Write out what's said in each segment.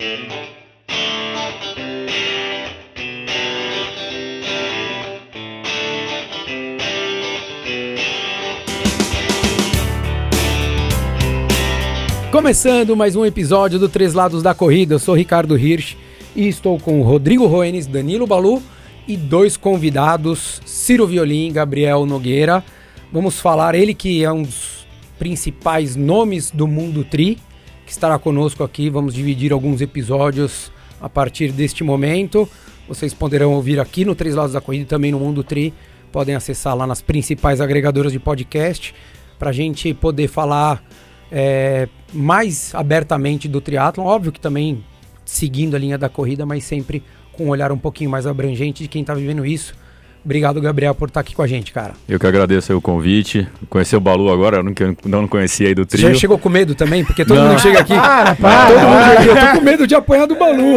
Começando mais um episódio do Três Lados da Corrida, eu sou Ricardo Hirsch e estou com o Rodrigo Roenis, Danilo Balu e dois convidados, Ciro Violim e Gabriel Nogueira. Vamos falar, ele que é um dos principais nomes do mundo tri, que estará conosco aqui. Vamos dividir alguns episódios a partir deste momento. Vocês poderão ouvir aqui no Três Lados da Corrida e também no Mundo Tri. Podem acessar lá nas principais agregadoras de podcast para a gente poder falar mais abertamente do triatlon, óbvio que também seguindo a linha da corrida, mas sempre com um olhar um pouquinho mais abrangente de quem está vivendo isso. Obrigado, Gabriel, por estar aqui com a gente, cara. Eu que agradeço aí o convite. Conhecer o Balu agora, eu não conhecia aí do trio. Já chegou com medo também? Porque todo mundo chega aqui... Para, todo mundo chega aqui, eu tô com medo de apanhar do Balu,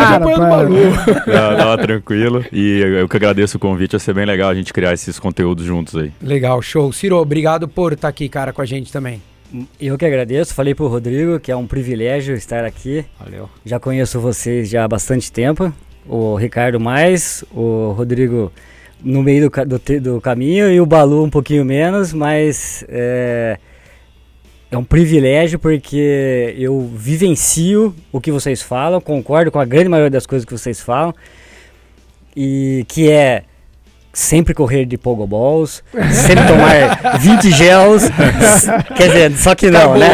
Não, tranquilo. E eu que agradeço o convite, vai ser bem legal a gente criar esses conteúdos juntos aí. Legal, show. Ciro, obrigado por estar aqui, cara, com a gente também. Eu que agradeço, falei pro Rodrigo que é um privilégio estar aqui. Valeu. Já conheço vocês já há bastante tempo, o Ricardo mais, o Rodrigo no meio do caminho e o Balu um pouquinho menos, mas é um privilégio porque eu vivencio o que vocês falam, concordo com a grande maioria das coisas que vocês falam, e que é sempre correr de pogoballs, sempre tomar 20 gels, quer dizer, só que não, né?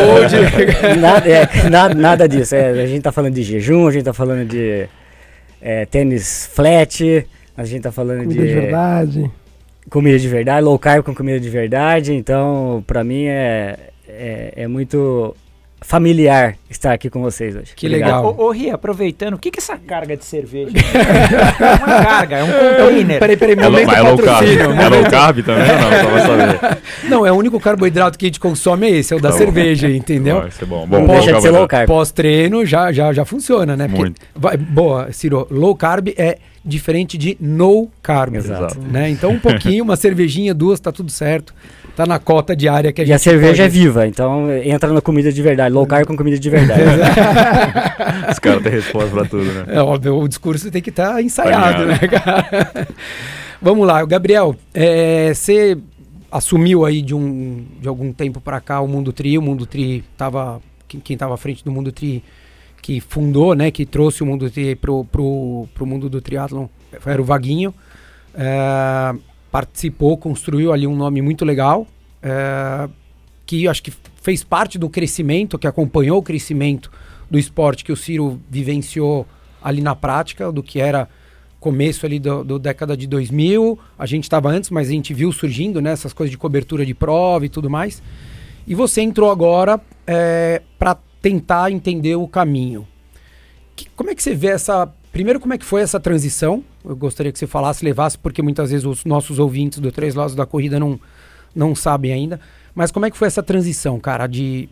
Nada disso. A gente tá falando de jejum, a gente tá falando de tênis flat, a gente tá falando comida de verdade. Comida de verdade, low carb com comida de verdade. Então, pra mim é muito familiar estar aqui com vocês hoje. Que legal. Ô Ri, aproveitando, o que é essa carga de cerveja? É uma carga, é um container. Peraí, momento patrocínio. É low carb também ou não? Só pra saber. Não, o único carboidrato que a gente consome é esse, é o da cerveja, entendeu? Vai ser bom. Não deixa de ser low carb. Pós-treino já funciona, né? Muito. Boa, Ciro, low carb é diferente de no carb. Exato. Né? Então um pouquinho, uma cervejinha, duas, tá tudo certo. Tá na cota diária que a gente... E a cerveja é viva, então entra na comida de verdade. Low carb com comida de verdade. Os caras têm resposta pra tudo, né? É óbvio, o discurso tem que estar ensaiado, né, cara? Vamos lá, Gabriel, você assumiu aí de algum tempo pra cá o Mundo Tri tava... Quem tava à frente do Mundo Tri, que fundou, né, que trouxe o Mundo Tri pro mundo do triatlon, era o Vaguinho. Participou, construiu ali um nome muito legal, que acho que fez parte do crescimento, que acompanhou o crescimento do esporte que o Ciro vivenciou ali na prática, do que era começo ali do década de 2000, a gente estava antes, mas a gente viu surgindo, né, essas coisas de cobertura de prova e tudo mais, e você entrou agora para tentar entender o caminho. Como é que você vê primeiro, como é que foi essa transição? Eu gostaria que você levasse, porque muitas vezes os nossos ouvintes do Três Lados da Corrida não sabem ainda. Mas como é que foi essa transição, cara,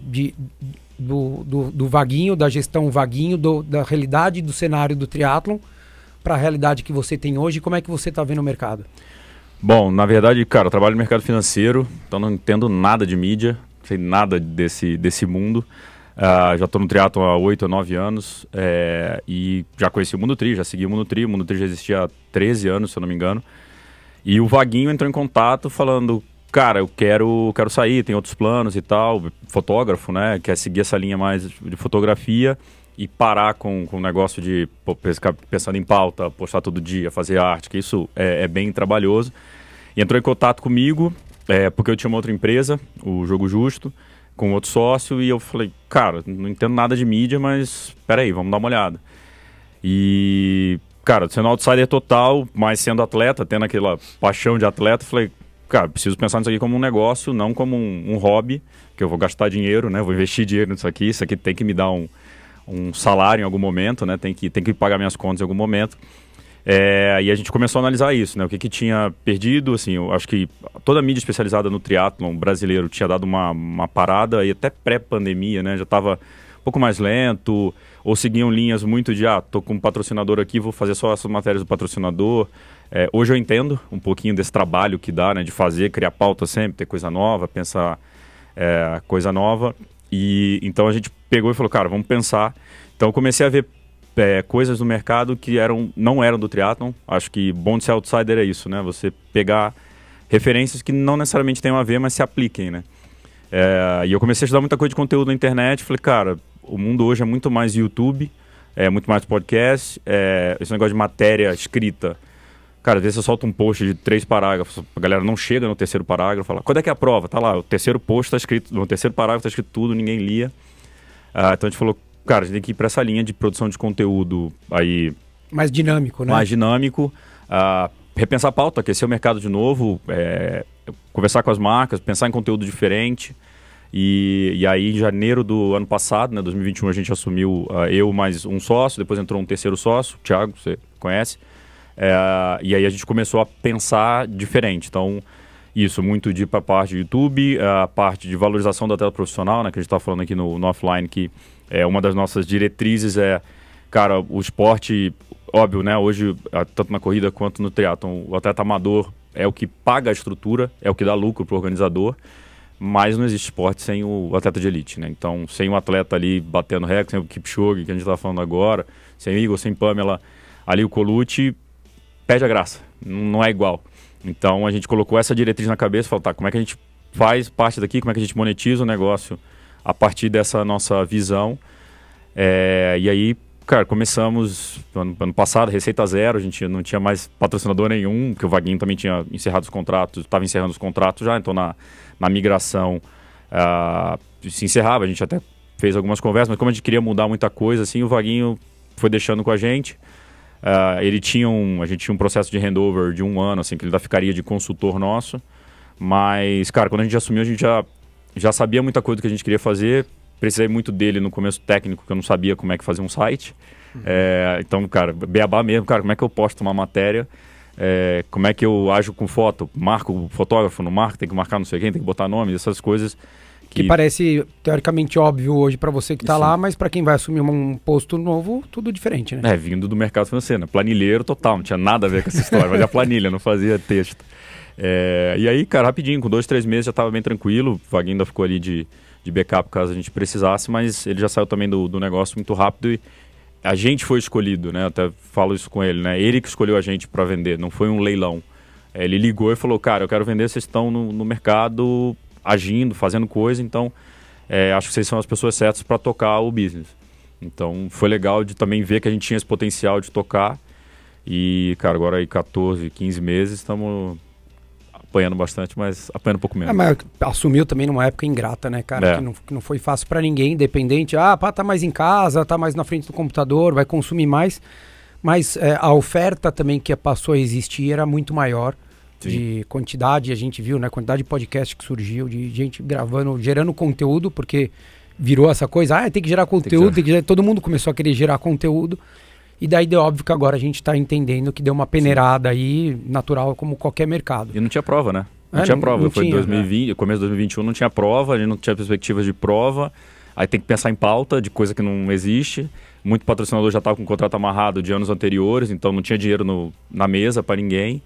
do Vaguinho, da gestão Vaguinho, da realidade do cenário do triatlon para a realidade que você tem hoje? Como é que você está vendo o mercado? Bom, na verdade, cara, eu trabalho no mercado financeiro, então não entendo nada de mídia, não sei nada desse mundo. Já estou no triatlon há 8 ou 9 anos e já conheci o Mundo Tri, já segui o Mundo Tri já existia há 13 anos, se eu não me engano. E o Vaguinho entrou em contato falando, cara, eu quero sair, tem outros planos e tal, fotógrafo, né, quer seguir essa linha mais de fotografia e parar com o negócio de ficar pensando em pauta, postar todo dia, fazer arte, que isso é bem trabalhoso. E entrou em contato comigo, porque eu tinha uma outra empresa, o Jogo Justo, com outro sócio, e eu falei, cara, não entendo nada de mídia, mas peraí, vamos dar uma olhada. E, cara, sendo outsider total, mas sendo atleta, tendo aquela paixão de atleta, falei, cara, preciso pensar nisso aqui como um negócio, não como um hobby, que eu vou gastar dinheiro, né, vou investir dinheiro nisso aqui tem que me dar um salário em algum momento, né, tem que pagar minhas contas em algum momento. E a gente começou a analisar isso, né? O que tinha perdido, assim, eu acho que toda a mídia especializada no triatlon brasileiro tinha dado uma parada, e até pré-pandemia, né? Já estava um pouco mais lento, ou seguiam linhas muito de, tô com um patrocinador aqui, vou fazer só essas matérias do patrocinador. Hoje eu entendo um pouquinho desse trabalho que dá, né? De fazer, criar pauta sempre, ter coisa nova, pensar coisa nova. E então a gente pegou e falou, cara, vamos pensar. Então eu comecei a ver coisas no mercado que não eram do triatlon. Acho que bom de ser outsider é isso, né? Você pegar referências que não necessariamente tenham a ver, mas se apliquem, né? E eu comecei a estudar muita coisa de conteúdo na internet. Falei, cara, o mundo hoje é muito mais YouTube, muito mais podcast, esse negócio de matéria escrita. Cara, às vezes você solta um post de 3 parágrafos, a galera não chega no terceiro parágrafo, fala, quando é que é a prova? Tá lá, o terceiro post tá escrito, no terceiro parágrafo tá escrito tudo, ninguém lia. Então a gente falou, cara, a gente tem que ir para essa linha de produção de conteúdo aí... Mais dinâmico, né? Mais dinâmico, repensar a pauta, aquecer o mercado de novo, conversar com as marcas, pensar em conteúdo diferente. E aí, em janeiro do ano passado, né, 2021, a gente assumiu, eu mais um sócio, depois entrou um terceiro sócio, o Thiago, você conhece. E aí a gente começou a pensar diferente. Então, isso, muito de ir para a parte do YouTube, a parte de valorização da tela profissional, né, que a gente está falando aqui no offline, que uma das nossas diretrizes cara, o esporte, óbvio, né, hoje, tanto na corrida quanto no triatlon, o atleta amador é o que paga a estrutura, é o que dá lucro para o organizador, mas não existe esporte sem o atleta de elite, né? Então, sem o atleta ali batendo recorde, sem o Kipchoge, que a gente está falando agora, sem o Igor, sem Pamela, ali o Colucci, perde a graça, não é igual. Então a gente colocou essa diretriz na cabeça e falou, tá, como é que a gente faz parte daqui, como é que a gente monetiza o negócio a partir dessa nossa visão. E aí, cara, começamos ano passado, receita zero, a gente não tinha mais patrocinador nenhum, porque o Vaguinho também tinha encerrado os contratos, estava encerrando os contratos já, então na migração se encerrava, a gente até fez algumas conversas, mas como a gente queria mudar muita coisa, assim, o Vaguinho foi deixando com a gente. A gente tinha um processo de handover de 1 ano, assim, que ele ainda ficaria de consultor nosso. Mas, cara, quando a gente assumiu, a gente já sabia muita coisa do que a gente queria fazer. Precisei muito dele no começo técnico, que eu não sabia como é que fazia um site. Então, cara, beabá mesmo, cara, como é que eu posto uma matéria? Como é que eu ajo com foto? Marco o fotógrafo, não marco, tem que marcar não sei quem, tem que botar nome, essas coisas. Que parece teoricamente óbvio hoje para você que está lá, mas para quem vai assumir um posto novo, tudo diferente, né? Vindo do mercado financeiro, né? Planilheiro total, não tinha nada a ver com essa história, mas a planilha, não fazia texto. E aí, cara, rapidinho, com 2, 3 meses já estava bem tranquilo, o Vaguinho ainda ficou ali de backup caso a gente precisasse, mas ele já saiu também do negócio muito rápido e a gente foi escolhido, né? Até falo isso com ele, né? Ele que escolheu a gente para vender, não foi um leilão. Ele ligou e falou, cara, eu quero vender, vocês estão no mercado agindo, fazendo coisa, então acho que vocês são as pessoas certas para tocar o business. Então foi legal de também ver que a gente tinha esse potencial de tocar e, cara, agora aí 14, 15 meses estamos apanhando bastante, mas apanhando um pouco menos. Mas assumiu também numa época ingrata, né, cara, que não foi fácil para ninguém, independente, tá mais em casa, tá mais na frente do computador, vai consumir mais, mas a oferta também que passou a existir era muito maior. Sim. De quantidade, a gente viu, né? Quantidade de podcast que surgiu, de gente gravando, gerando conteúdo, porque virou essa coisa, tem que gerar conteúdo, todo mundo começou a querer gerar conteúdo, e daí deu óbvio que agora a gente está entendendo que deu uma peneirada aí, natural, como qualquer mercado. E não tinha prova, né? Não tinha prova, foi em 2020, começo de 2021 não tinha prova, a gente não tinha perspectivas de prova, aí tem que pensar em pauta de coisa que não existe, muito patrocinador já estava com o contrato amarrado de anos anteriores, então não tinha dinheiro na mesa para ninguém.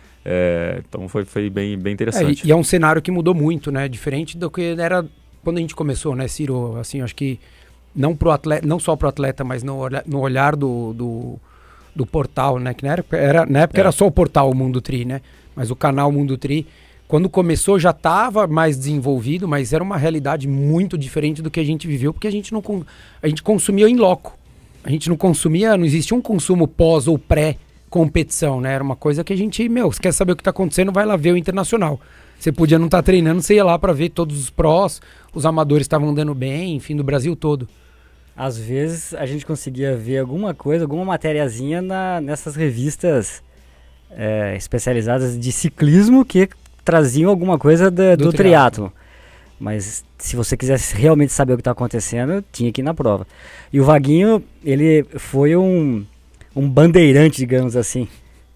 Então foi bem interessante. E é um cenário que mudou muito, né? Diferente do que era quando a gente começou, né, Ciro? Assim, acho que não só pro atleta, mas no olhar do portal, né? Que na época era só o portal o Mundo Tri, né? Mas o canal Mundo Tri, quando começou já estava mais desenvolvido, mas era uma realidade muito diferente do que a gente viveu, porque a gente consumia em loco. A gente não consumia, não existia um consumo pós ou pré competição, né? Era uma coisa que a gente, você quer saber o que tá acontecendo, vai lá ver o internacional. Você podia não estar treinando, você ia lá para ver todos os prós, os amadores estavam andando bem, enfim, do Brasil todo. Às vezes a gente conseguia ver alguma coisa, alguma matériazinha nessas revistas especializadas de ciclismo que traziam alguma coisa do triatlo. Mas se você quisesse realmente saber o que está acontecendo, tinha que ir na prova. E o Vaguinho, ele foi um bandeirante, digamos assim,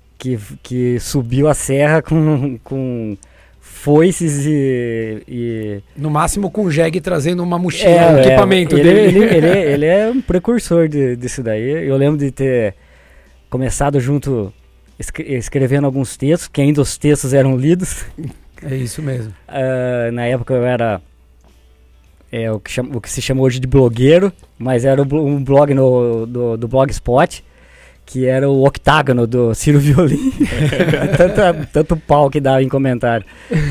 que subiu a serra com foices e... No máximo com o jegue trazendo uma mochila, um equipamento dele. Ele é um precursor disso daí. Eu lembro de ter começado junto, escrevendo alguns textos, que ainda os textos eram lidos. É isso mesmo. Na época eu era o que se chama hoje de blogueiro, mas era um blog do Blogspot, que era o Octágono do Ciro Violim. tanto pau que dá em comentário.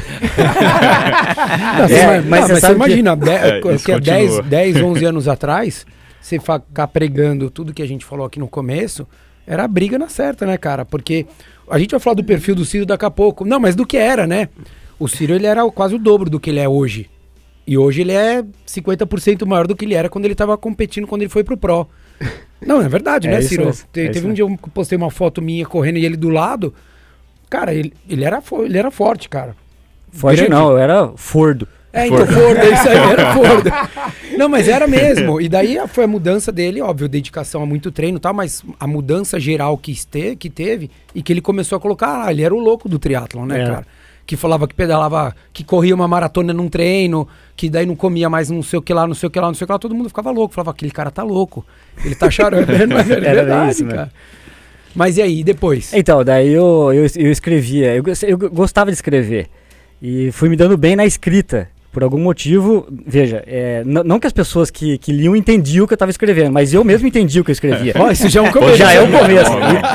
Mas você imagina, isso 10, 11 anos atrás, você ficar pregando tudo que a gente falou aqui no começo, era a briga na certa, né, cara? Porque a gente vai falar do perfil do Ciro daqui a pouco. Não, mas do que era, né? O Ciro, ele era quase o dobro do que ele é hoje. E hoje ele é 50% maior do que ele era quando ele tava competindo, quando ele foi pro Pro. Não, é verdade, né, Ciro? Teve um dia eu postei uma foto minha correndo e ele do lado. Cara, ele era forte, cara. Forte grande. Não, eu era fordo. Então Fordo, isso aí era Fordo. Não, mas era mesmo. E daí foi a mudança dele, óbvio, dedicação a muito treino e tal, mas a mudança geral que teve e que ele começou a colocar, ele era o louco do triatlon, né, cara? Que falava que pedalava, que corria uma maratona num treino, que daí não comia mais não sei o que lá, todo mundo ficava louco, falava, aquele cara tá louco, ele tá charando, mas era verdade, isso, cara. Mas e aí, depois? Então, daí eu escrevia, eu gostava de escrever, e fui me dando bem na escrita. Por algum motivo, veja, não que as pessoas que liam entendiam o que eu estava escrevendo, mas eu mesmo entendi o que eu escrevia. Isso já é um começo. Já é o começo.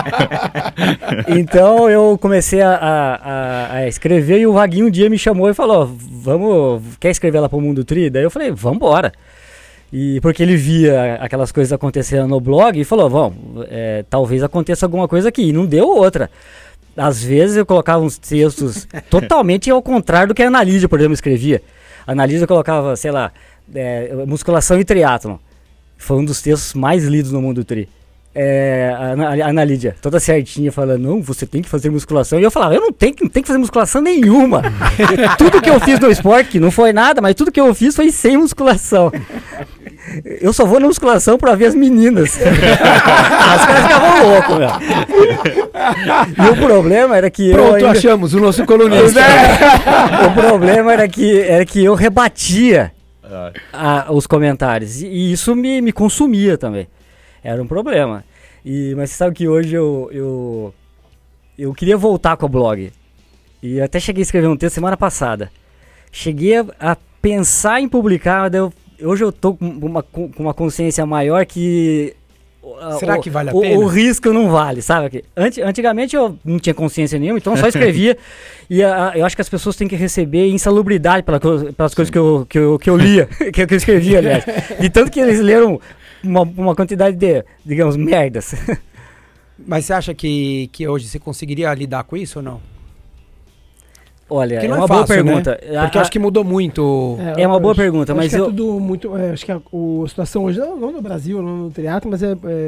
Então eu comecei a escrever e o Vaguinho um dia me chamou e falou, quer escrever lá pro Mundo Tri? Daí eu falei, vambora. E porque ele via aquelas coisas acontecendo no blog e falou, talvez aconteça alguma coisa aqui. E não deu outra. Às vezes eu colocava uns textos totalmente ao contrário do que a Ana Lídia, por exemplo, escrevia. A Ana Lídia colocava, sei lá, musculação e triatlon. Foi um dos textos mais lidos no Mundo Tri. A Ana Lídia, toda certinha, falando, não, você tem que fazer musculação. E eu falava, eu não tenho que fazer musculação nenhuma. Tudo que eu fiz no esporte, que não foi nada, mas tudo que eu fiz foi sem musculação. Eu só vou na musculação pra ver as meninas. As caras ficavam loucos, velho. E o problema era que achamos o nosso colunista. O problema era que eu rebatia os comentários. E isso me consumia também. Era um problema. Mas você sabe que hoje eu queria voltar com o blog. E eu até cheguei a escrever um texto semana passada. Cheguei a pensar em publicar, mas hoje eu tô com uma consciência maior que... Será que vale a pena? O risco não vale, sabe? Antigamente eu não tinha consciência nenhuma, então eu só escrevia. E eu acho que as pessoas têm que receber insalubridade pelas coisas que eu lia, que eu escrevia, aliás. De tanto que eles leram uma quantidade de, digamos, merdas. Mas você acha que hoje você conseguiria lidar com isso ou não? Olha, é uma boa pergunta. Né? Porque eu acho que mudou muito. É uma boa pergunta, mas é tudo muito. Acho que a situação hoje, não no Brasil, não no triatlo, mas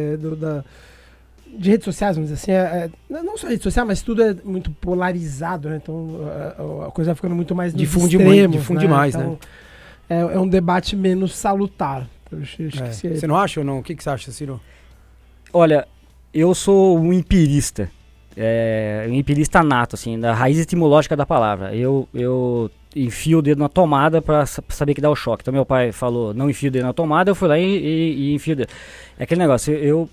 de redes sociais, vamos dizer assim. Não só redes sociais, mas tudo é muito polarizado, né? Então a coisa vai ficando muito mais difunde mais, então, né? É um debate menos salutar. Você não acha ou não? O que você acha, Ciro? Olha, eu sou um empirista. Um empirista nato, assim, da raiz etimológica da palavra. Eu enfio o dedo na tomada para saber que dá o choque. Então meu pai falou, não enfio o dedo na tomada, eu fui lá e enfio o dedo. É aquele negócio,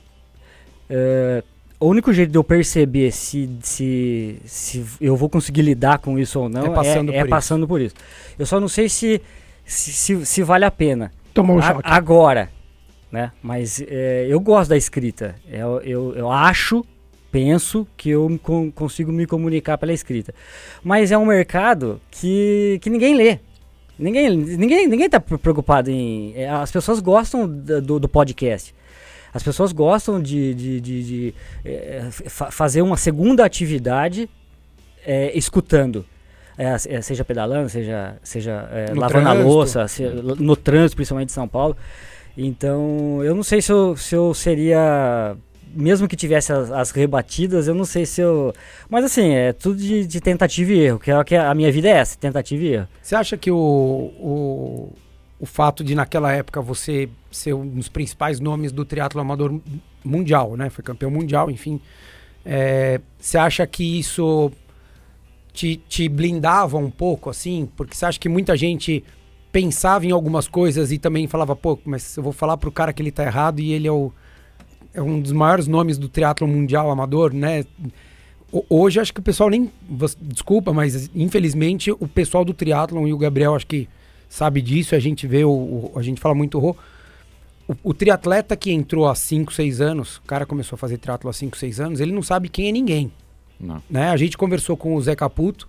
o único jeito de eu perceber se eu vou conseguir lidar com isso ou não é passando por isso. Eu só não sei se vale a pena. Tomar um choque. Agora, né? Mas eu gosto da escrita. Eu penso que eu consigo me comunicar pela escrita. Mas é um mercado que ninguém lê. Ninguém tá preocupado em... as pessoas gostam do podcast. As pessoas gostam de fazer uma segunda atividade escutando. Seja pedalando, seja lavando a louça, no trânsito, principalmente de São Paulo. Então, eu não sei se eu seria... Mesmo que tivesse as rebatidas, eu não sei se eu... Mas assim, é tudo de tentativa e erro, que a minha vida é essa, tentativa e erro. Você acha que o fato de naquela época você ser um dos principais nomes do triatlo amador mundial, né? Foi campeão mundial, enfim. Você acha que isso te blindava um pouco, assim? Porque você acha que muita gente pensava em algumas coisas e também falava, pô, mas eu vou falar pro cara que ele tá errado e ele é um dos maiores nomes do triatlo mundial amador, né? Hoje acho que o pessoal nem... Desculpa, mas infelizmente o pessoal do triatlon e o Gabriel, acho que sabe disso, a gente vê, a gente fala muito o triatleta que entrou há 5, 6 anos, o cara começou a fazer triatlo há 5, 6 anos, ele não sabe quem é ninguém. Não. Né? A gente conversou com o Zé Caputo,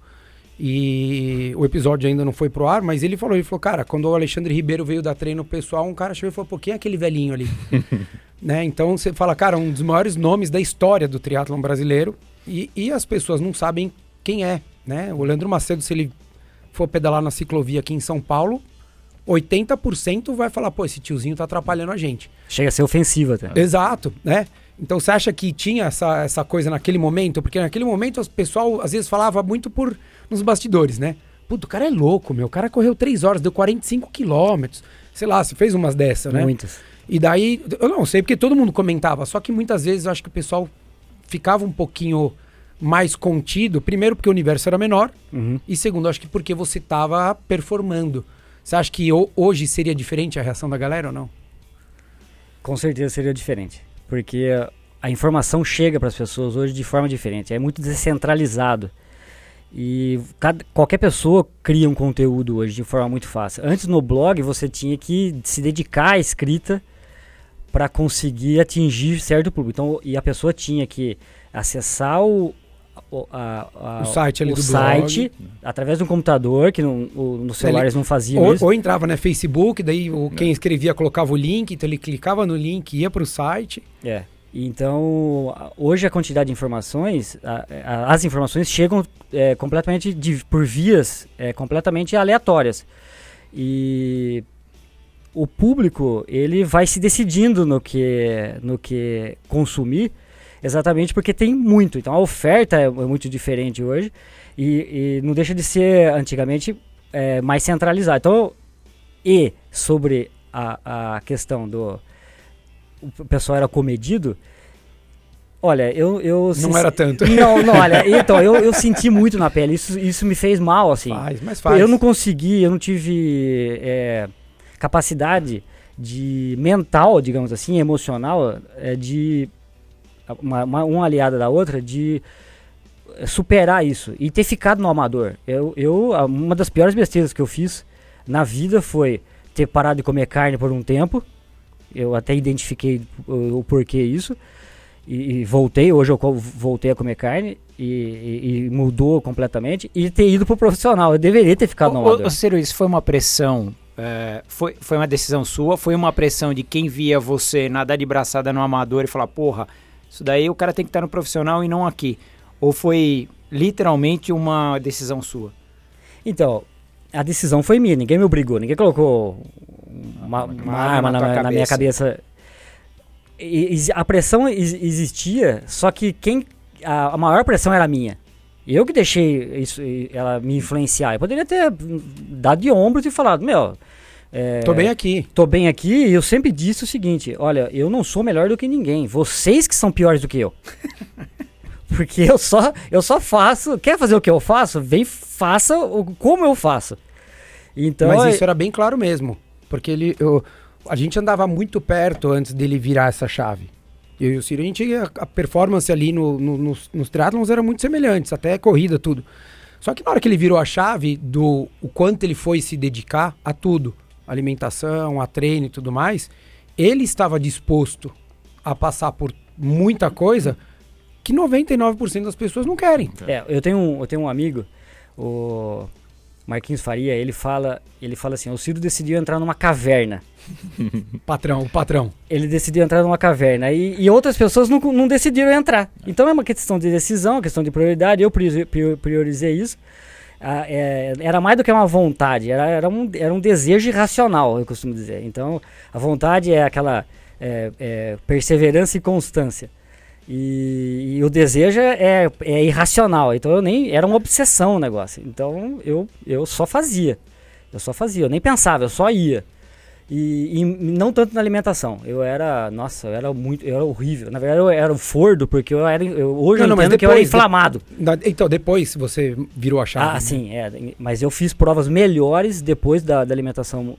e o episódio ainda não foi pro ar, mas ele falou, cara, quando o Alexandre Ribeiro veio dar treino pessoal, um cara chegou e falou, pô, quem é aquele velhinho ali? Né? Então você fala, cara, um dos maiores nomes da história do triatlon brasileiro, e as pessoas não sabem quem é, né? O Leandro Macedo, se ele for pedalar na ciclovia aqui em São Paulo, 80% vai falar, pô, esse tiozinho tá atrapalhando a gente. Chega a ser ofensivo até. Exato, né? Então você acha que tinha essa coisa naquele momento? Porque naquele momento o pessoal às vezes falava muito nos bastidores, né? Puta, o cara é louco, meu. O cara correu 3 horas, deu 45 quilômetros. Sei lá, você fez umas dessas, né? Muitas. E daí, eu não sei, porque todo mundo comentava. Só que muitas vezes eu acho que o pessoal ficava um pouquinho mais contido. Primeiro porque o universo era menor. E segundo, acho que porque você tava performando. Você acha que hoje seria diferente a reação da galera ou não? Com certeza seria diferente. Porque a informação chega para as pessoas hoje de forma diferente. É muito descentralizado. E qualquer pessoa cria um conteúdo hoje de forma muito fácil. Antes no blog você tinha que se dedicar à escrita para conseguir atingir certo público. Então, e a pessoa tinha que acessar o site ali o do site blog, através de um computador, que nos celulares não faziam isso. Ou entrava no Facebook, daí quem escrevia colocava o link, então ele clicava no link, ia para o site. Então, hoje a quantidade de informações, as informações chegam completamente por vias completamente aleatórias. E o público, ele vai se decidindo no que consumir, exatamente porque tem muito. Então a oferta é muito diferente hoje e não deixa de ser, antigamente, mais centralizado. Então, e sobre a questão o pessoal era comedido, olha, eu não era tanto. Não, olha, então, eu senti muito na pele, isso me fez mal, assim. Mas eu não tive capacidade mental, digamos assim, emocional, de uma aliada da outra, de superar isso e ter ficado no amador. Uma das piores besteiras que eu fiz na vida foi ter parado de comer carne por um tempo. Eu até identifiquei o porquê isso e voltei. Hoje eu voltei a comer carne e mudou completamente, e ter ido pro profissional. Eu deveria ter ficado no amador. Ciro, isso foi uma pressão, foi uma decisão sua? Foi uma pressão de quem via você nadar de braçada no amador e falar, porra, isso daí o cara tem que estar no profissional e não aqui? Ou foi literalmente uma decisão sua? Então, a decisão foi minha, ninguém me obrigou, ninguém colocou uma arma na minha cabeça. A pressão existia, só que a maior pressão era minha. Eu que deixei ela me influenciar. Eu poderia ter dado de ombros e falado, tô bem aqui, e eu sempre disse o seguinte, olha, eu não sou melhor do que ninguém, vocês que são piores do que eu. Porque eu só faço, quer fazer o que eu faço? Vem, faça como eu faço. Então, mas isso era bem claro mesmo, porque a gente andava muito perto antes dele virar essa chave. Eu e o Ciro, a performance ali nos triatlons era muito semelhantes, até corrida, tudo. Só que na hora que ele virou a chave o quanto ele foi se dedicar a tudo, alimentação, a treino e tudo mais, ele estava disposto a passar por muita coisa que 99% das pessoas não querem. Eu tenho um amigo, o Marquinhos Faria, ele fala assim, o Ciro decidiu entrar numa caverna. O patrão. Ele decidiu entrar numa caverna e outras pessoas não decidiram entrar. Então é uma questão de decisão, uma questão de prioridade. Eu priorizei isso. Era mais do que uma vontade, era um desejo irracional, eu costumo dizer. Então a vontade é aquela perseverança e constância. E o desejo é irracional, então era uma obsessão o negócio. Então eu só fazia, eu nem pensava, eu só ia. E não tanto na alimentação. Eu era horrível. Na verdade, eu era um fordo, porque hoje eu entendo que eu era inflamado. Então, depois você virou a chave. Ah, né? Sim, mas eu fiz provas melhores depois da alimentação,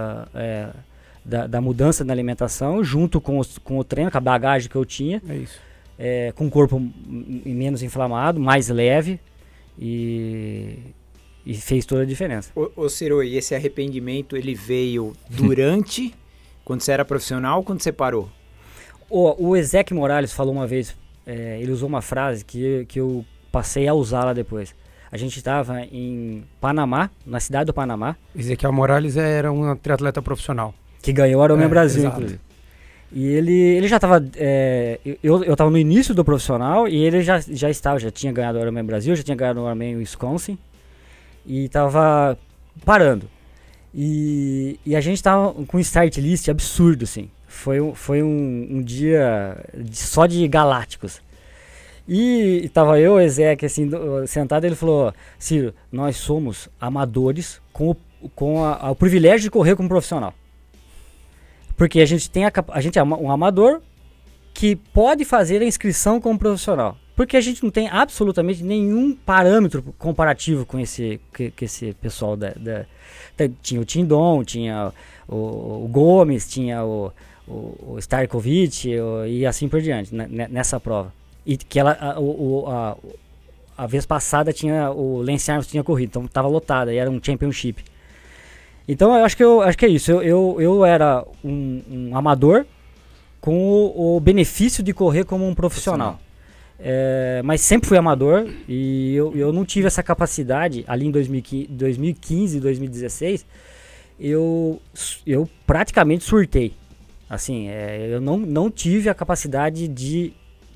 da mudança na alimentação, junto com o treino, com a bagagem que eu tinha. É isso. Com o corpo menos inflamado, mais leve. E fez toda a diferença. Ô Ciro, e esse arrependimento, ele veio durante, quando você era profissional ou quando você parou? O Ezek Morales falou uma vez, ele usou uma frase que eu passei a usá-la depois. A gente estava em Panamá, na cidade do Panamá. Ezequiel Morales era um triatleta profissional. Que ganhou o Ironman Brasil, exato. inclusive. E ele já estava... eu estava no início do profissional e ele já tinha ganhado o Ironman Brasil, já tinha ganhado o Ironman Wisconsin. E estava parando. E a gente estava com um start list absurdo, assim. Foi um dia só de galácticos. E tava eu, o Ezek, assim, sentado, ele falou: Ciro, nós somos amadores com o privilégio de correr como profissional. Porque a gente é um amador que pode fazer a inscrição como profissional. Porque a gente não tem absolutamente nenhum parâmetro comparativo com esse pessoal tinha o Tindon, tinha o Gomes, tinha o Starkovic e assim por diante, nessa prova. E que a vez passada o Lance Armstrong tinha corrido, então estava lotada, e era um championship. Então eu acho que é isso. Eu era um amador com o benefício de correr como um profissional. Mas sempre fui amador e eu não tive essa capacidade ali em 2015 e 2016. Eu praticamente surtei. Assim, eu não tive a capacidade de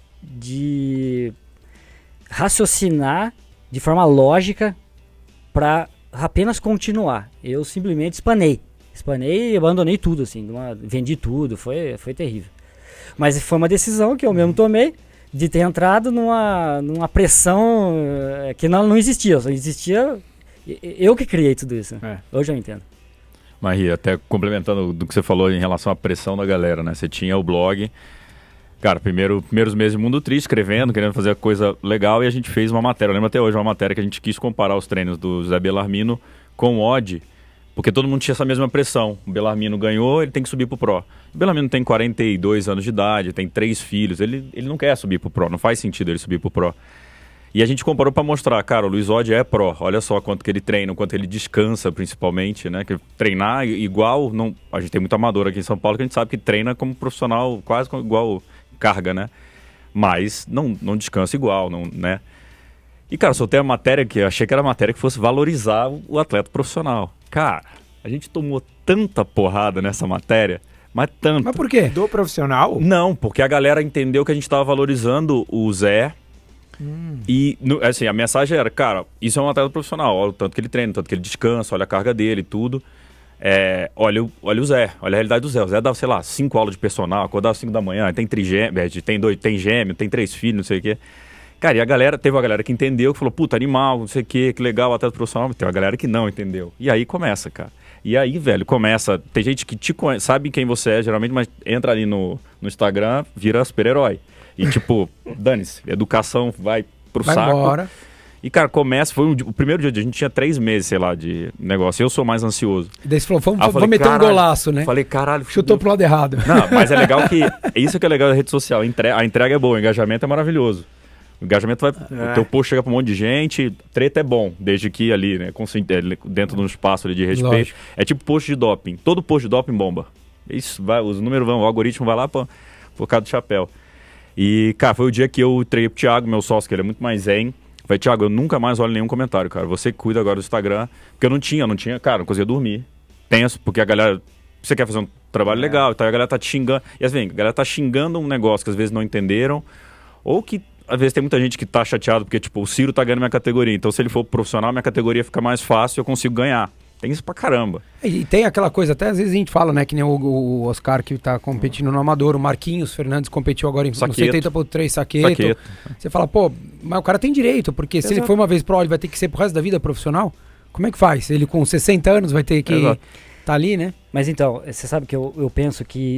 raciocinar de forma lógica para apenas continuar. Eu simplesmente espanei e abandonei tudo, assim, vendi tudo, foi terrível. Mas foi uma decisão que eu mesmo tomei de ter entrado numa pressão que não existia, só existia eu que criei tudo isso. Hoje eu entendo. Maria, até complementando do que você falou em relação à pressão da galera, né? Você tinha o blog, cara, primeiros meses de Mundo Triste, escrevendo, querendo fazer coisa legal, e a gente fez uma matéria, eu lembro até hoje, uma matéria que a gente quis comparar os treinos do Zé Bellarmino com o Odd, porque todo mundo tinha essa mesma pressão. O Bellarmino ganhou, ele tem que subir pro Pro. O Bellarmino tem 42 anos de idade, tem 3 filhos, ele não quer subir pro Pro, não faz sentido ele subir pro Pro. E a gente comparou para mostrar, cara, o Luiz Odd é Pro, olha só quanto que ele treina, quanto ele descansa principalmente, né? Que treinar igual, a gente tem muito amador aqui em São Paulo que a gente sabe que treina como profissional quase igual carga, né? Mas não descansa igual, né? E, cara, soltei a matéria que eu achei que era a matéria que fosse valorizar o atleta profissional. Cara, a gente tomou tanta porrada nessa matéria, mas tanto. Mas por quê? Do profissional? Não, porque a galera entendeu que a gente estava valorizando o Zé. E, assim, a mensagem era, cara, isso é um atleta profissional, olha o tanto que ele treina, o tanto que ele descansa, olha a carga dele e tudo. Olha o Zé, olha a realidade do Zé. O Zé dava, sei lá, 5 aulas de personal, acordava às 5 da manhã, tem trigêmeo, tem gêmeo, tem 3 filhos, não sei o quê. Cara, e teve uma galera que entendeu, que falou, puta, animal, não sei o quê, que legal, atleta profissional. Tem uma galera que não entendeu. E aí começa, cara. E aí, velho, começa, tem gente que te conhece, sabe quem você é, geralmente, mas entra ali no Instagram, vira super-herói. E tipo, dane-se, educação vai pro saco. Embora. E, cara, o primeiro dia, a gente tinha 3 meses, sei lá, de negócio. Eu sou mais ansioso. E daí você falou, vamos meter um golaço, né? Falei, caralho. Chutou pro lado errado. Não, mas é legal que... Isso que é legal da rede social. A entrega é boa, o engajamento é maravilhoso. O engajamento vai... O teu post chega pra um monte de gente, treta é bom, desde que ali, né, dentro de um espaço ali de respeito. Lógico. É tipo post de doping. Todo post de doping bomba. Isso, os números vão, o algoritmo vai lá por causa do chapéu. E, cara, foi o dia que eu treinei pro Thiago, meu sócio, que ele é muito mais zen. Falei, Thiago, eu nunca mais olho nenhum comentário, cara. Você cuida agora do Instagram. Porque eu não tinha, cara, não conseguia dormir. Tenso, porque a galera... Você quer fazer um trabalho legal, então a galera tá te xingando. E assim, a galera tá xingando um negócio que às vezes não entenderam. Ou que, às vezes, tem muita gente que tá chateado porque, tipo, o Ciro tá ganhando minha categoria. Então, se ele for profissional, minha categoria fica mais fácil e eu consigo ganhar. Tem isso pra caramba. E tem aquela coisa, até às vezes a gente fala, né, que nem o Oscar que tá competindo no Amador, o Marquinhos Fernandes competiu agora no 70.3 Saqueto. Você fala, pô, mas o cara tem direito, porque Exato. Se ele for uma vez pro ele vai ter que ser pro resto da vida profissional? Como é que faz? Ele com 60 anos vai ter que tá ali, né? Mas então, você sabe que eu penso que